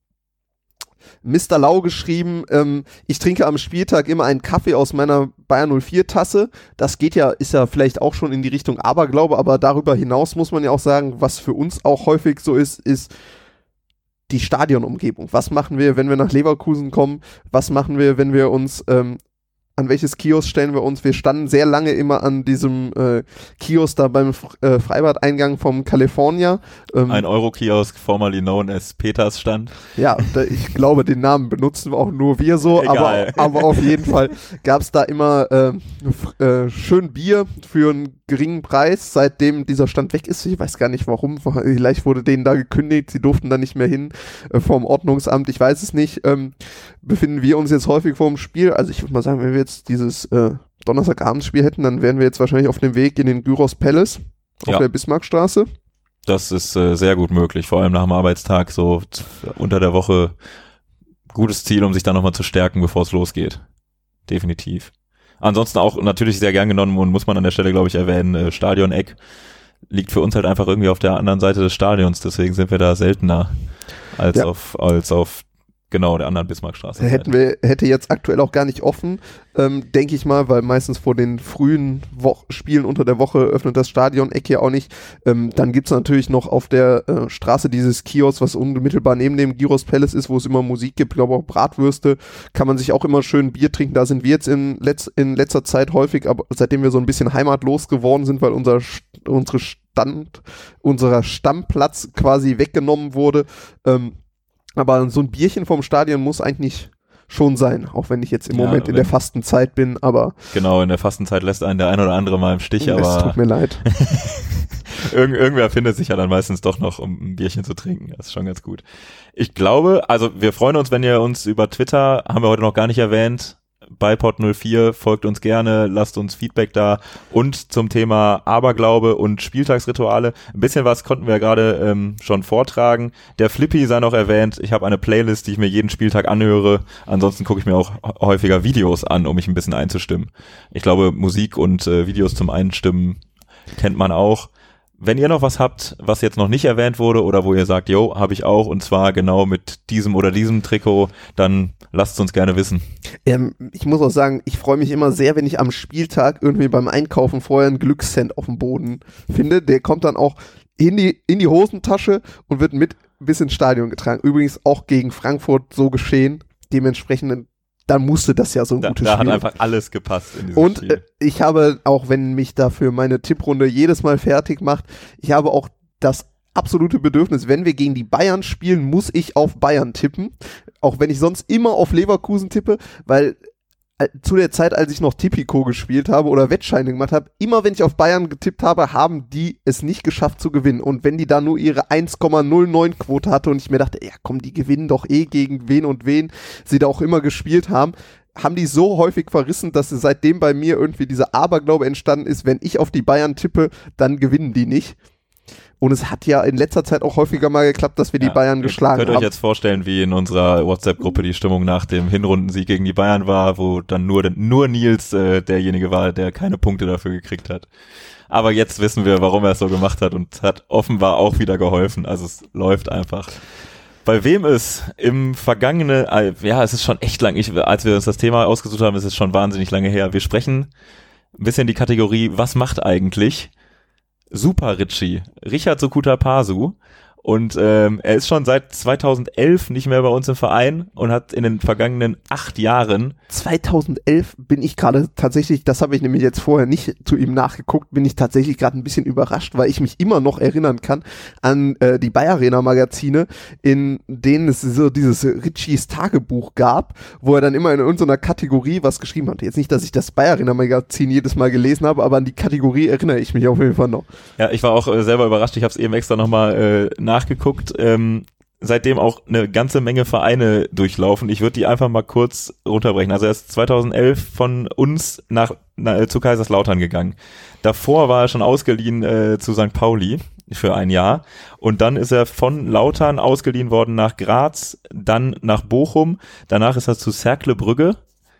Mister Lau geschrieben, ähm, ich trinke am Spieltag immer einen Kaffee aus meiner Bayern null vier Tasse. Das geht ja, ist ja vielleicht auch schon in die Richtung Aberglaube, aber darüber hinaus muss man ja auch sagen, was für uns auch häufig so ist, ist die Stadionumgebung. Was machen wir, wenn wir nach Leverkusen kommen? Was machen wir, wenn wir uns, ähm, an welches Kiosk stellen wir uns? Wir standen sehr lange immer an diesem äh, Kiosk da beim äh, Freibad-Eingang vom California. Ähm, Ein Euro-Kiosk, formerly known as Peters stand. Ja, da, ich glaube, den Namen benutzen auch nur wir so, aber, aber auf jeden Fall gab es da immer äh, äh, schön Bier für einen geringen Preis, seitdem dieser Stand weg ist. Ich weiß gar nicht warum, vielleicht wurde denen da gekündigt, sie durften da nicht mehr hin äh, vom Ordnungsamt, ich weiß es nicht. Ähm, befinden wir uns jetzt häufig vor dem Spiel, also ich würde mal sagen, wenn wir jetzt dieses äh, Donnerstagabendspiel hätten, dann wären wir jetzt wahrscheinlich auf dem Weg in den Gyros Palace auf ja. der Bismarckstraße. Das ist äh, sehr gut möglich, vor allem nach dem Arbeitstag, so t- unter der Woche gutes Ziel, um sich dann nochmal zu stärken, bevor es losgeht. Definitiv. Ansonsten auch natürlich sehr gern genommen und muss man an der Stelle, glaube ich, erwähnen, äh, Stadioneck liegt für uns halt einfach irgendwie auf der anderen Seite des Stadions, deswegen sind wir da seltener als ja. auf als auf genau der anderen Bismarckstraße. Hätten wir, hätte jetzt aktuell auch gar nicht offen, ähm, denke ich mal, weil meistens vor den frühen Wo- Spielen unter der Woche öffnet das Stadion-Eck hier auch nicht. Ähm, dann gibt's natürlich noch auf der äh, Straße dieses Kiosk, was unmittelbar neben dem Gyros Palace ist, wo es immer Musik gibt, glaube auch Bratwürste, kann man sich auch immer schön Bier trinken. Da sind wir jetzt in, letz- in letzter Zeit häufig, aber seitdem wir so ein bisschen heimatlos geworden sind, weil unser unsere Stand, unser Stammplatz quasi weggenommen wurde, ähm, aber so ein Bierchen vom Stadion muss eigentlich schon sein, auch wenn ich jetzt im ja, Moment in der Fastenzeit bin, aber... Genau, in der Fastenzeit lässt einen der ein oder andere mal im Stich, aber... Es tut mir leid. Irgend, irgendwer findet sich ja dann meistens doch noch, um ein Bierchen zu trinken. Das ist schon ganz gut. Ich glaube, also wir freuen uns, wenn ihr uns über Twitter, haben wir heute noch gar nicht erwähnt, bei Pod null vier, folgt uns gerne, lasst uns Feedback da und zum Thema Aberglaube und Spieltagsrituale. Ein bisschen was konnten wir gerade ähm, schon vortragen. Der Flippy sei noch erwähnt, ich habe eine Playlist, die ich mir jeden Spieltag anhöre. Ansonsten gucke ich mir auch häufiger Videos an, um mich ein bisschen einzustimmen. Ich glaube, Musik und äh, Videos zum Einstimmen kennt man auch. Wenn ihr noch was habt, was jetzt noch nicht erwähnt wurde oder wo ihr sagt, yo, habe ich auch und zwar genau mit diesem oder diesem Trikot, dann lasst es uns gerne wissen. Ähm, ich muss auch sagen, ich freue mich immer sehr, wenn ich am Spieltag irgendwie beim Einkaufen vorher einen Glückscent auf dem Boden finde. Der kommt dann auch in die, in die Hosentasche und wird mit bis ins Stadion getragen. Übrigens auch gegen Frankfurt so geschehen. Dementsprechend dann musste das ja so ein da, gutes da Spiel. Da hat einfach alles gepasst in diesem Und Spiel. äh, ich habe, auch wenn mich dafür meine Tipprunde jedes Mal fertig macht, ich habe auch das absolute Bedürfnis, wenn wir gegen die Bayern spielen, muss ich auf Bayern tippen. Auch wenn ich sonst immer auf Leverkusen tippe, weil äh, zu der Zeit, als ich noch Tipico gespielt habe oder Wettscheine gemacht habe, immer wenn ich auf Bayern getippt habe, haben die es nicht geschafft zu gewinnen. Und wenn die da nur ihre eins Komma null neun Quote hatte und ich mir dachte, ja komm, die gewinnen doch eh gegen wen und wen sie da auch immer gespielt haben, haben die so häufig verrissen, dass seitdem bei mir irgendwie dieser Aberglaube entstanden ist, wenn ich auf die Bayern tippe, dann gewinnen die nicht. Und es hat ja in letzter Zeit auch häufiger mal geklappt, dass wir ja, die Bayern geschlagen haben. Könnt ihr euch jetzt vorstellen, wie in unserer WhatsApp-Gruppe die Stimmung nach dem Hinrundensieg gegen die Bayern war, wo dann nur, nur Nils äh, derjenige war, der keine Punkte dafür gekriegt hat. Aber jetzt wissen wir, warum er es so gemacht hat und hat offenbar auch wieder geholfen. Also es läuft einfach. Bei wem es im vergangenen, ja, es ist schon echt lang, ich, als wir uns das Thema ausgesucht haben, ist es schon wahnsinnig lange her. Wir sprechen ein bisschen die Kategorie, was macht eigentlich Super Richie, Richard Sukutapasu. Und ähm, er ist schon seit zweitausendelf nicht mehr bei uns im Verein und hat in den vergangenen acht Jahren zweitausendelf bin ich gerade tatsächlich, das habe ich nämlich jetzt vorher nicht zu ihm nachgeguckt, bin ich tatsächlich gerade ein bisschen überrascht, weil ich mich immer noch erinnern kann an äh, die Bayer Arena Magazine, in denen es so dieses Richies Tagebuch gab, wo er dann immer in irgendeiner Kategorie was geschrieben hat. Jetzt nicht, dass ich das Bayer Arena Magazin jedes Mal gelesen habe, aber an die Kategorie erinnere ich mich auf jeden Fall noch. Ja, ich war auch äh, selber überrascht, ich habe es eben extra nochmal äh, nachgeguckt, ähm, seitdem auch eine ganze Menge Vereine durchlaufen. Ich würde die einfach mal kurz runterbrechen. Also er ist zweitausendelf von uns nach, nach zu Kaiserslautern gegangen. Davor war er schon ausgeliehen äh, zu Sankt Pauli für ein Jahr und dann ist er von Lautern ausgeliehen worden nach Graz, dann nach Bochum, danach ist er zu Cercle Brügge.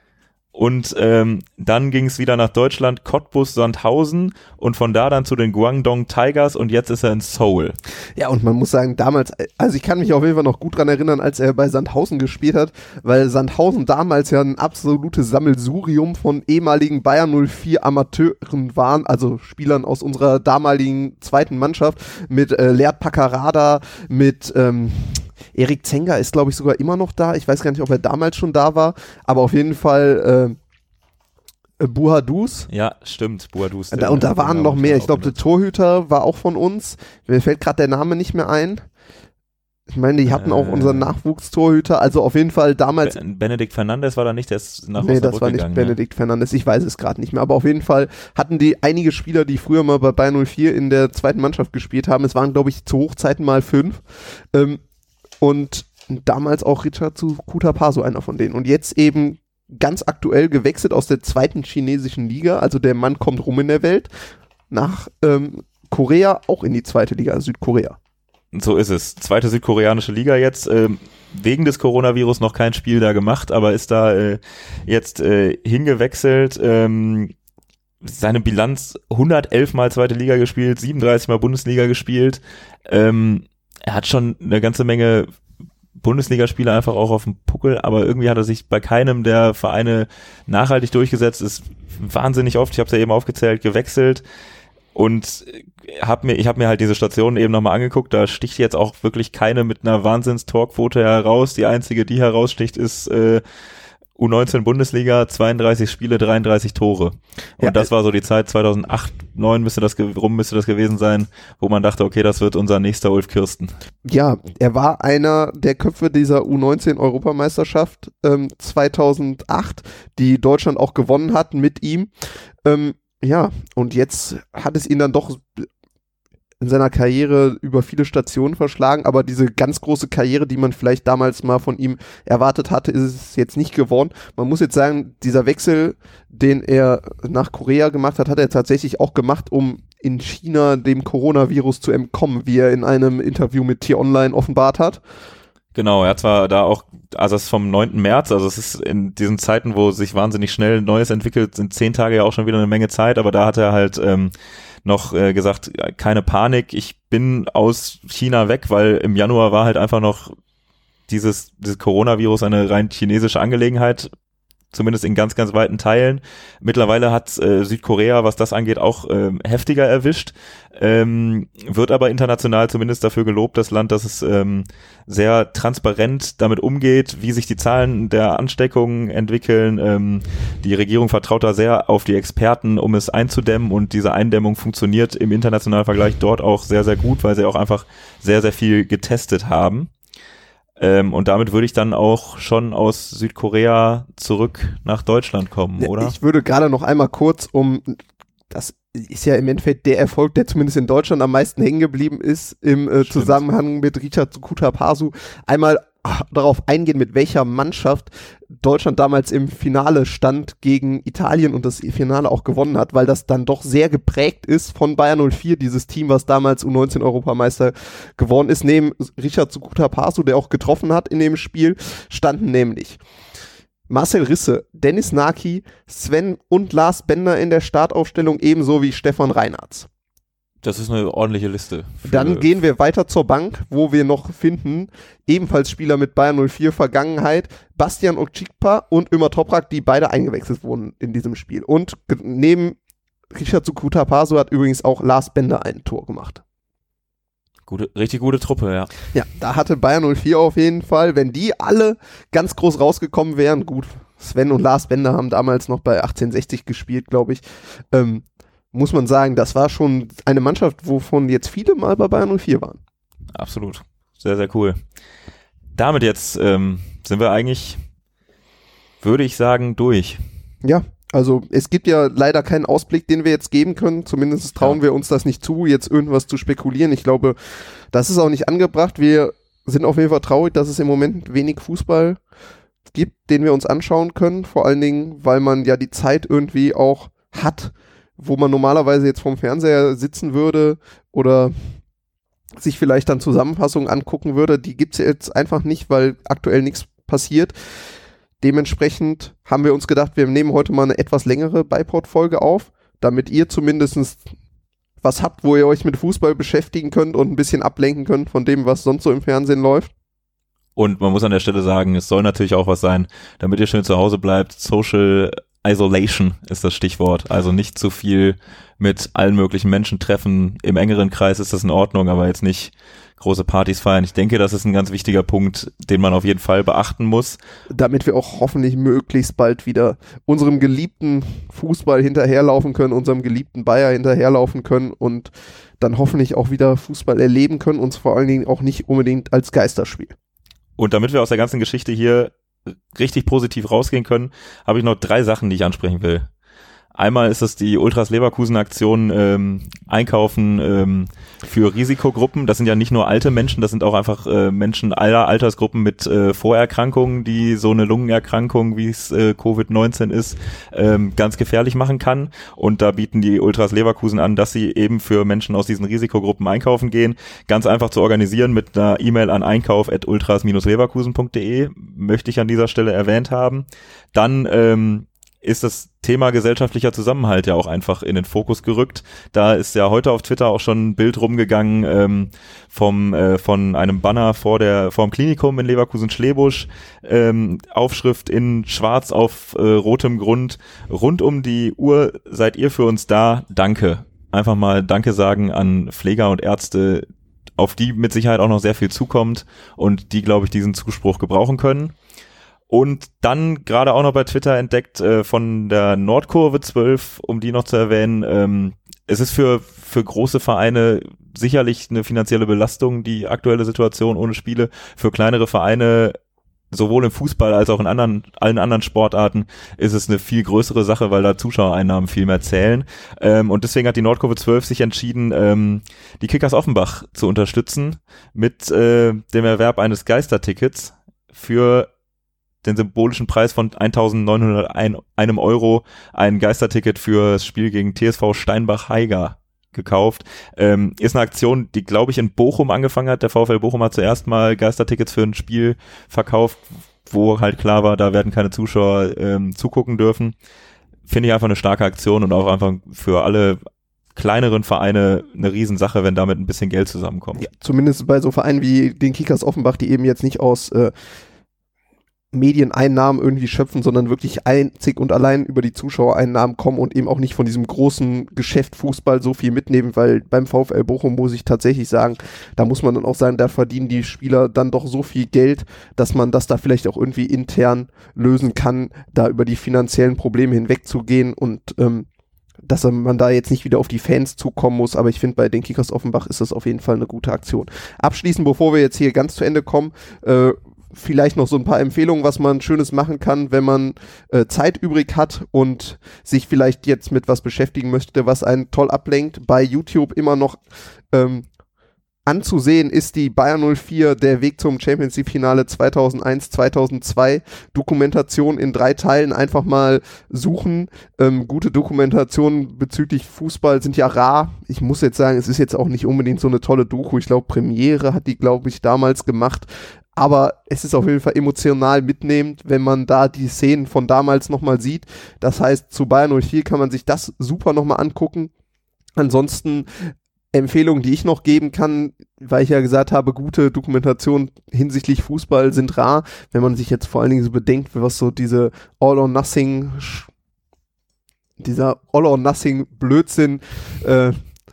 Und ähm, dann ging es wieder nach Deutschland, Cottbus, Sandhausen und von da dann zu den Guangdong Tigers und jetzt ist er in Seoul. Ja, und man muss sagen, damals, also ich kann mich auf jeden Fall noch gut dran erinnern, als er bei Sandhausen gespielt hat, weil Sandhausen damals ja ein absolutes Sammelsurium von ehemaligen Bayern null vier Amateuren waren, also Spielern aus unserer damaligen zweiten Mannschaft mit äh, Leert Paccarada, mit ähm, Erik Zenger ist, glaube ich, sogar immer noch da. Ich weiß gar nicht, ob er damals schon da war, aber auf jeden Fall äh, Buhadus. Ja, stimmt, Buhadus. Da, und da waren noch mehr. Ich glaube, der Torhüter war auch von uns. Mir fällt gerade der Name nicht mehr ein. Ich meine, die hatten äh, auch unseren Nachwuchstorhüter. Also auf jeden Fall damals. Be- Benedikt Fernandes war da nicht, der ist nach Nee, das war nicht gegangen, Benedikt ja. Fernandes. Ich weiß es gerade nicht mehr. Aber auf jeden Fall hatten die einige Spieler, die früher mal bei Bayern null vier in der zweiten Mannschaft gespielt haben. Es waren, glaube ich, zu Hochzeiten mal fünf. Ähm, Und damals auch Richard Sukutapasu einer von denen. Und jetzt eben ganz aktuell gewechselt aus der zweiten chinesischen Liga. Also der Mann kommt rum in der Welt. Nach ähm, Korea, auch in die zweite Liga, also Südkorea. So ist es. Zweite südkoreanische Liga jetzt. Ähm, wegen des Coronavirus noch kein Spiel da gemacht, aber ist da äh, jetzt äh, hingewechselt. Ähm, seine Bilanz hundertelf Mal zweite Liga gespielt, siebenunddreißig Mal Bundesliga gespielt. Ähm, Er hat schon eine ganze Menge Bundesligaspiele einfach auch auf dem Puckel, aber irgendwie hat er sich bei keinem der Vereine nachhaltig durchgesetzt, ist wahnsinnig oft, ich habe es ja eben aufgezählt, gewechselt und hab mir, ich habe mir halt diese Stationen eben nochmal angeguckt, da sticht jetzt auch wirklich keine mit einer Wahnsinns-Torquote heraus, die einzige, die heraussticht, ist äh, U neunzehn Bundesliga, zweiunddreißig Spiele, dreiunddreißig Tore. Und ja, das war so die Zeit, zweitausendacht, neun müsste das, rum müsste das gewesen sein, wo man dachte, okay, das wird unser nächster Ulf Kirsten. Ja, er war einer der Köpfe dieser U neunzehn Europameisterschaft ähm, zweitausendacht, die Deutschland auch gewonnen hat mit ihm. Ähm, ja, und jetzt hat es ihn dann doch in seiner Karriere über viele Stationen verschlagen, aber diese ganz große Karriere, die man vielleicht damals mal von ihm erwartet hatte, ist es jetzt nicht geworden. Man muss jetzt sagen, dieser Wechsel, den er nach Korea gemacht hat, hat er tatsächlich auch gemacht, um in China dem Coronavirus zu entkommen, wie er in einem Interview mit T-Online offenbart hat. Genau, er hat zwar da auch, also es ist vom neunten März, also es ist in diesen Zeiten, wo sich wahnsinnig schnell Neues entwickelt, sind zehn Tage ja auch schon wieder eine Menge Zeit, aber da hat er halt ähm, noch äh, gesagt, keine Panik, ich bin aus China weg, weil im Januar war halt einfach noch dieses, dieses Coronavirus eine rein chinesische Angelegenheit, zumindest in ganz, ganz weiten Teilen. Mittlerweile hat äh, Südkorea, was das angeht, auch ähm, heftiger erwischt, ähm, wird aber international zumindest dafür gelobt, das Land, dass es ähm, sehr transparent damit umgeht, wie sich die Zahlen der Ansteckungen entwickeln. Ähm, die Regierung vertraut da sehr auf die Experten, um es einzudämmen, und diese Eindämmung funktioniert im internationalen Vergleich dort auch sehr, sehr gut, weil sie auch einfach sehr, sehr viel getestet haben. Ähm, und damit würde ich dann auch schon aus Südkorea zurück nach Deutschland kommen, oder? Ich würde gerade noch einmal kurz um, das ist ja im Endeffekt der Erfolg, der zumindest in Deutschland am meisten hängen geblieben ist, im äh, Zusammenhang mit Richard Sukutapasu, einmal darauf eingehen, mit welcher Mannschaft Deutschland damals im Finale stand gegen Italien und das Finale auch gewonnen hat, weil das dann doch sehr geprägt ist von Bayern null vier, dieses Team, was damals U neunzehn Europameister geworden ist. Neben Richard Sukutapasu, der auch getroffen hat in dem Spiel, standen nämlich Marcel Risse, Dennis Naki, Sven und Lars Bender in der Startaufstellung, ebenso wie Stefan Reinartz. Das ist eine ordentliche Liste. Dann gehen wir weiter zur Bank, wo wir noch finden, ebenfalls Spieler mit Bayern null vier Vergangenheit, Bastian Okczikpa und Ömer Toprak, die beide eingewechselt wurden in diesem Spiel. Und neben Richard Sukutapaso hat übrigens auch Lars Bender ein Tor gemacht. Gute, richtig gute Truppe, ja. Ja, da hatte Bayer null vier auf jeden Fall, wenn die alle ganz groß rausgekommen wären, gut, Sven und Lars Bender haben damals noch bei achtzehnhundertsechzig gespielt, glaube ich, ähm, muss man sagen, das war schon eine Mannschaft, wovon jetzt viele mal bei Bayer null vier waren. Absolut, sehr, sehr cool. Damit jetzt ähm, sind wir eigentlich, würde ich sagen, durch. Ja, also es gibt ja leider keinen Ausblick, den wir jetzt geben können. Zumindest trauen ja. wir uns das nicht zu, jetzt irgendwas zu spekulieren. Ich glaube, das ist auch nicht angebracht. Wir sind auf jeden Fall traurig, dass es im Moment wenig Fußball gibt, den wir uns anschauen können. Vor allen Dingen, weil man ja die Zeit irgendwie auch hat, wo man normalerweise jetzt vorm Fernseher sitzen würde oder sich vielleicht dann Zusammenfassungen angucken würde. Die gibt es jetzt einfach nicht, weil aktuell nichts passiert. Dementsprechend haben wir uns gedacht, wir nehmen heute mal eine etwas längere Beiport-Folge auf, damit ihr zumindest was habt, wo ihr euch mit Fußball beschäftigen könnt und ein bisschen ablenken könnt von dem, was sonst so im Fernsehen läuft. Und man muss an der Stelle sagen, es soll natürlich auch was sein, damit ihr schön zu Hause bleibt. Social Isolation ist das Stichwort, also nicht zu viel mit allen möglichen Menschen treffen. Im engeren Kreis ist das in Ordnung, aber jetzt nicht große Partys feiern. Ich denke, das ist ein ganz wichtiger Punkt, den man auf jeden Fall beachten muss. Damit wir auch hoffentlich möglichst bald wieder unserem geliebten Fußball hinterherlaufen können, unserem geliebten Bayer hinterherlaufen können und dann hoffentlich auch wieder Fußball erleben können, uns vor allen Dingen auch nicht unbedingt als Geisterspiel. Und damit wir aus der ganzen Geschichte hier richtig positiv rausgehen können, habe ich noch drei Sachen, die ich ansprechen will. Einmal ist es die Ultras Leverkusen-Aktion ähm, Einkaufen ähm, für Risikogruppen. Das sind ja nicht nur alte Menschen, das sind auch einfach äh, Menschen aller Altersgruppen mit äh, Vorerkrankungen, die so eine Lungenerkrankung, wie es äh, Covid neunzehn ist, ähm, ganz gefährlich machen kann. Und da bieten die Ultras Leverkusen an, dass sie eben für Menschen aus diesen Risikogruppen einkaufen gehen. Ganz einfach zu organisieren mit einer E-Mail an einkauf at ultras leverkusen punkt de, möchte ich an dieser Stelle erwähnt haben. Dann ähm, ist das Thema gesellschaftlicher Zusammenhalt ja auch einfach in den Fokus gerückt. Da ist ja heute auf Twitter auch schon ein Bild rumgegangen ähm, vom äh, von einem Banner vor der vor dem Klinikum in Leverkusen-Schlebusch, ähm, Aufschrift in schwarz auf äh, rotem Grund: Rund um die Uhr seid ihr für uns da, danke. Einfach mal Danke sagen an Pfleger und Ärzte, auf die mit Sicherheit auch noch sehr viel zukommt und die, glaube ich, diesen Zuspruch gebrauchen können. Und dann gerade auch noch bei Twitter entdeckt äh, von der Nordkurve zwölf, um die noch zu erwähnen, ähm, es ist für für große Vereine sicherlich eine finanzielle Belastung, die aktuelle Situation ohne Spiele. Für kleinere Vereine, sowohl im Fußball als auch in anderen allen anderen Sportarten, ist es eine viel größere Sache, weil da Zuschauereinnahmen viel mehr zählen. Ähm, und deswegen hat die Nordkurve zwölf sich entschieden, ähm, die Kickers Offenbach zu unterstützen mit äh, dem Erwerb eines Geistertickets für den symbolischen Preis von eintausendneunhunderteins Euro ein Geisterticket für das Spiel gegen T S V Steinbach-Heiger gekauft. Ähm, ist eine Aktion, die, glaube ich, in Bochum angefangen hat. Der VfL Bochum hat zuerst mal Geistertickets für ein Spiel verkauft, wo halt klar war, da werden keine Zuschauer ähm, zugucken dürfen. Finde ich einfach eine starke Aktion und auch einfach für alle kleineren Vereine eine Riesensache, wenn damit ein bisschen Geld zusammenkommt. Ja, zumindest bei so Vereinen wie den Kickers Offenbach, die eben jetzt nicht aus äh, Medieneinnahmen irgendwie schöpfen, sondern wirklich einzig und allein über die Zuschauereinnahmen kommen und eben auch nicht von diesem großen Geschäft Fußball so viel mitnehmen, weil beim VfL Bochum muss ich tatsächlich sagen, da muss man dann auch sagen, da verdienen die Spieler dann doch so viel Geld, dass man das da vielleicht auch irgendwie intern lösen kann, da über die finanziellen Probleme hinwegzugehen und ähm, dass man da jetzt nicht wieder auf die Fans zukommen muss, aber ich finde, bei den Kickers Offenbach ist das auf jeden Fall eine gute Aktion. Abschließend, bevor wir jetzt hier ganz zu Ende kommen, äh, vielleicht noch so ein paar Empfehlungen, was man Schönes machen kann, wenn man äh, Zeit übrig hat und sich vielleicht jetzt mit was beschäftigen möchte, was einen toll ablenkt. Bei YouTube immer noch ähm, anzusehen ist die Bayer null vier, der Weg zum Champions League Finale zweitausendeins zweitausendzwei, Dokumentation in drei Teilen, einfach mal suchen. Ähm, gute Dokumentationen bezüglich Fußball sind ja rar. Ich muss jetzt sagen, es ist jetzt auch nicht unbedingt so eine tolle Doku. Ich glaube, Premiere hat die, glaube ich, damals gemacht. Aber es ist auf jeden Fall emotional mitnehmend, wenn man da die Szenen von damals nochmal sieht. Das heißt, zu Bayer null vier kann man sich das super nochmal angucken. Ansonsten Empfehlungen, die ich noch geben kann, weil ich ja gesagt habe, gute Dokumentationen hinsichtlich Fußball sind rar. Wenn man sich jetzt vor allen Dingen so bedenkt, was so diese All-or-Nothing dieser All-or-Nothing-Blödsinn äh,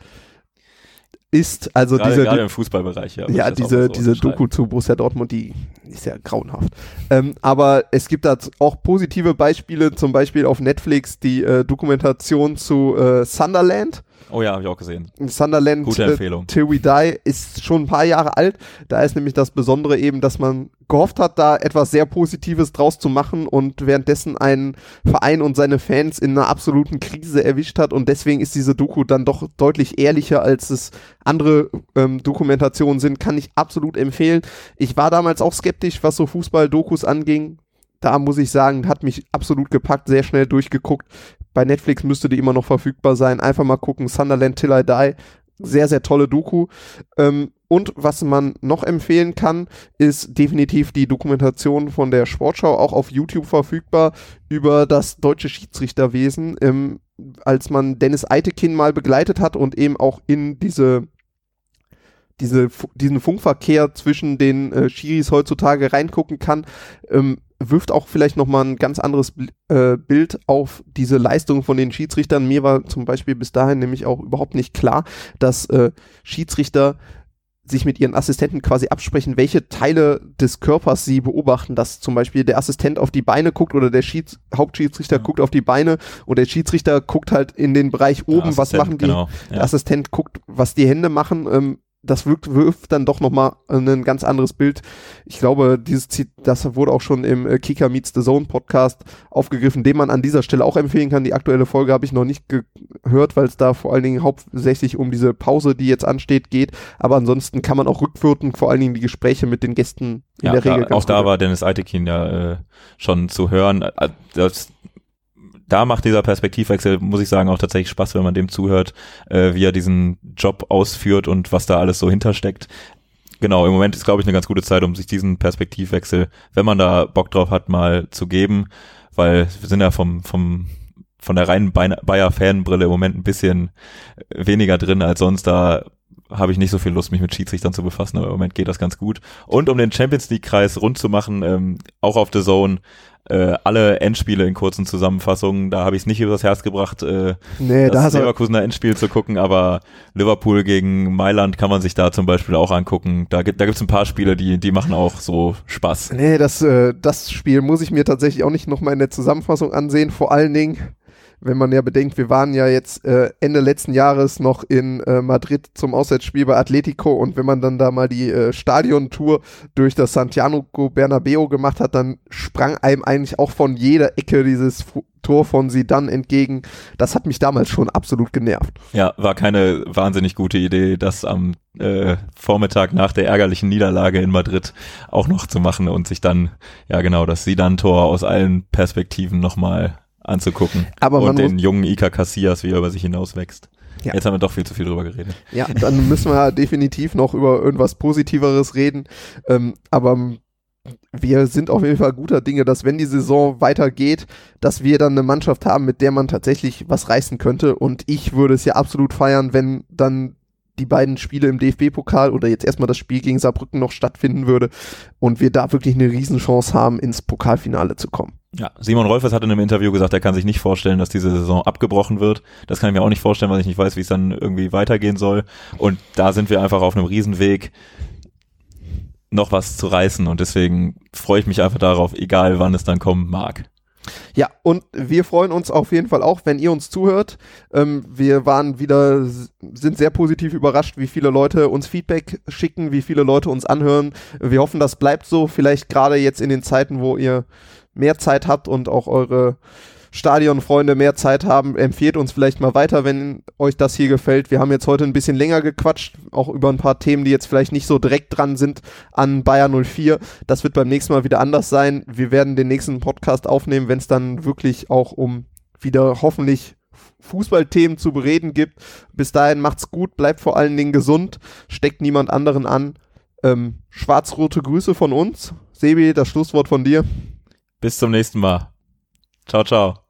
ist. Also gerade, diese, gerade im Fußballbereich, ja. Ja, diese, so diese Doku zu Borussia Dortmund, die ist ja grauenhaft. Ähm, aber es gibt da auch positive Beispiele, zum Beispiel auf Netflix die äh, Dokumentation zu äh, Sunderland. Oh ja, habe ich auch gesehen. Sunderland, Gute Empfehlung. Äh, Till We Die ist schon ein paar Jahre alt. Da ist nämlich das Besondere eben, dass man gehofft hat, da etwas sehr Positives draus zu machen und währenddessen einen Verein und seine Fans in einer absoluten Krise erwischt hat und deswegen ist diese Doku dann doch deutlich ehrlicher, als es andere ähm, Dokumentationen sind, kann ich absolut empfehlen. Ich war damals auch skeptisch, was so Fußball-Dokus anging. Da muss ich sagen, hat mich absolut gepackt, sehr schnell durchgeguckt. Bei Netflix müsste die immer noch verfügbar sein. Einfach mal gucken, Sunderland Till I Die. Sehr, sehr tolle Doku. Ähm, und was man noch empfehlen kann, ist definitiv die Dokumentation von der Sportschau, auch auf YouTube verfügbar, über das deutsche Schiedsrichterwesen, ähm, als man Dennis Eitekin mal begleitet hat und eben auch in diese diese, diesen Funkverkehr zwischen den äh, Schiris heutzutage reingucken kann, ähm, wirft auch vielleicht nochmal ein ganz anderes äh, Bild auf diese Leistung von den Schiedsrichtern. Mir war zum Beispiel bis dahin nämlich auch überhaupt nicht klar, dass äh, Schiedsrichter sich mit ihren Assistenten quasi absprechen, welche Teile des Körpers sie beobachten, dass zum Beispiel der Assistent auf die Beine guckt oder der Schieds- Hauptschiedsrichter ja. guckt auf die Beine und der Schiedsrichter guckt halt in den Bereich oben, was machen die, genau. ja. der Assistent guckt, was die Hände machen, ähm, das wirkt, wirft dann doch nochmal ein ganz anderes Bild. Ich glaube, dieses das wurde auch schon im äh, Kicker Meets the Zone Podcast aufgegriffen, den man an dieser Stelle auch empfehlen kann. Die aktuelle Folge habe ich noch nicht gehört, weil es da vor allen Dingen hauptsächlich um diese Pause, die jetzt ansteht, geht. Aber ansonsten kann man auch rückwirkend vor allen Dingen die Gespräche mit den Gästen in ja, der Regel da, auch da war Dennis Eitekin ja äh, schon zu hören. Das Da macht dieser Perspektivwechsel, muss ich sagen, auch tatsächlich Spaß, wenn man dem zuhört, äh, wie er diesen Job ausführt und was da alles so hintersteckt. Genau, im Moment ist, glaube ich, eine ganz gute Zeit, um sich diesen Perspektivwechsel, wenn man da Bock drauf hat, mal zu geben, weil wir sind ja vom, vom, von der reinen Bayer-Fanbrille im Moment ein bisschen weniger drin als sonst. Da habe ich nicht so viel Lust, mich mit Schiedsrichtern zu befassen, aber im Moment geht das ganz gut. Und um den Champions-League-Kreis rund zu machen, ähm, auch auf The Zone, Äh, alle Endspiele in kurzen Zusammenfassungen, da habe ich es nicht übers Herz gebracht, äh, nee, das da Leverkusener Endspiel zu gucken, aber Liverpool gegen Mailand kann man sich da zum Beispiel auch angucken. Da gibt da gibt's ein paar Spiele, die die machen auch so Spaß. Nee, das, äh, das Spiel muss ich mir tatsächlich auch nicht nochmal in der Zusammenfassung ansehen, vor allen Dingen, wenn man ja bedenkt, wir waren ja jetzt äh, Ende letzten Jahres noch in äh, Madrid zum Auswärtsspiel bei Atletico und wenn man dann da mal die äh, Stadiontour durch das Santiago Bernabéu gemacht hat, dann sprang einem eigentlich auch von jeder Ecke dieses Fu- Tor von Zidane entgegen. Das hat mich damals schon absolut genervt. Ja, war keine wahnsinnig gute Idee, das am äh, Vormittag nach der ärgerlichen Niederlage in Madrid auch noch zu machen und sich dann, ja genau, das Zidane-Tor aus allen Perspektiven nochmal anzugucken. Aber und man den jungen Iker Casillas, wie er über sich hinauswächst. Ja. Jetzt haben wir doch viel zu viel drüber geredet. Ja, dann müssen wir definitiv noch über irgendwas Positiveres reden. Ähm, aber wir sind auf jeden Fall guter Dinge, dass wenn die Saison weitergeht, dass wir dann eine Mannschaft haben, mit der man tatsächlich was reißen könnte. Und ich würde es ja absolut feiern, wenn dann die beiden Spiele im D F B-Pokal oder jetzt erstmal das Spiel gegen Saarbrücken noch stattfinden würde und wir da wirklich eine Riesenchance haben, ins Pokalfinale zu kommen. Ja, Simon Rolfes hat in einem Interview gesagt, er kann sich nicht vorstellen, dass diese Saison abgebrochen wird. Das kann ich mir auch nicht vorstellen, weil ich nicht weiß, wie es dann irgendwie weitergehen soll. Und da sind wir einfach auf einem Riesenweg, noch was zu reißen. Und deswegen freue ich mich einfach darauf, egal wann es dann kommen mag. Ja, und wir freuen uns auf jeden Fall auch, wenn ihr uns zuhört. Ähm, wir waren wieder, sind sehr positiv überrascht, wie viele Leute uns Feedback schicken, wie viele Leute uns anhören. Wir hoffen, das bleibt so. Vielleicht gerade jetzt in den Zeiten, wo ihr mehr Zeit habt und auch eure Stadionfreunde mehr Zeit haben, empfehlt uns vielleicht mal weiter, wenn euch das hier gefällt. Wir haben jetzt heute ein bisschen länger gequatscht, auch über ein paar Themen, die jetzt vielleicht nicht so direkt dran sind an Bayer null vier. Das wird beim nächsten Mal wieder anders sein. Wir werden den nächsten Podcast aufnehmen, wenn es dann wirklich auch um wieder hoffentlich Fußballthemen zu bereden gibt. Bis dahin macht's gut, bleibt vor allen Dingen gesund, steckt niemand anderen an. Ähm, schwarz-rote Grüße von uns. Sebi, das Schlusswort von dir. Bis zum nächsten Mal. Ciao, ciao.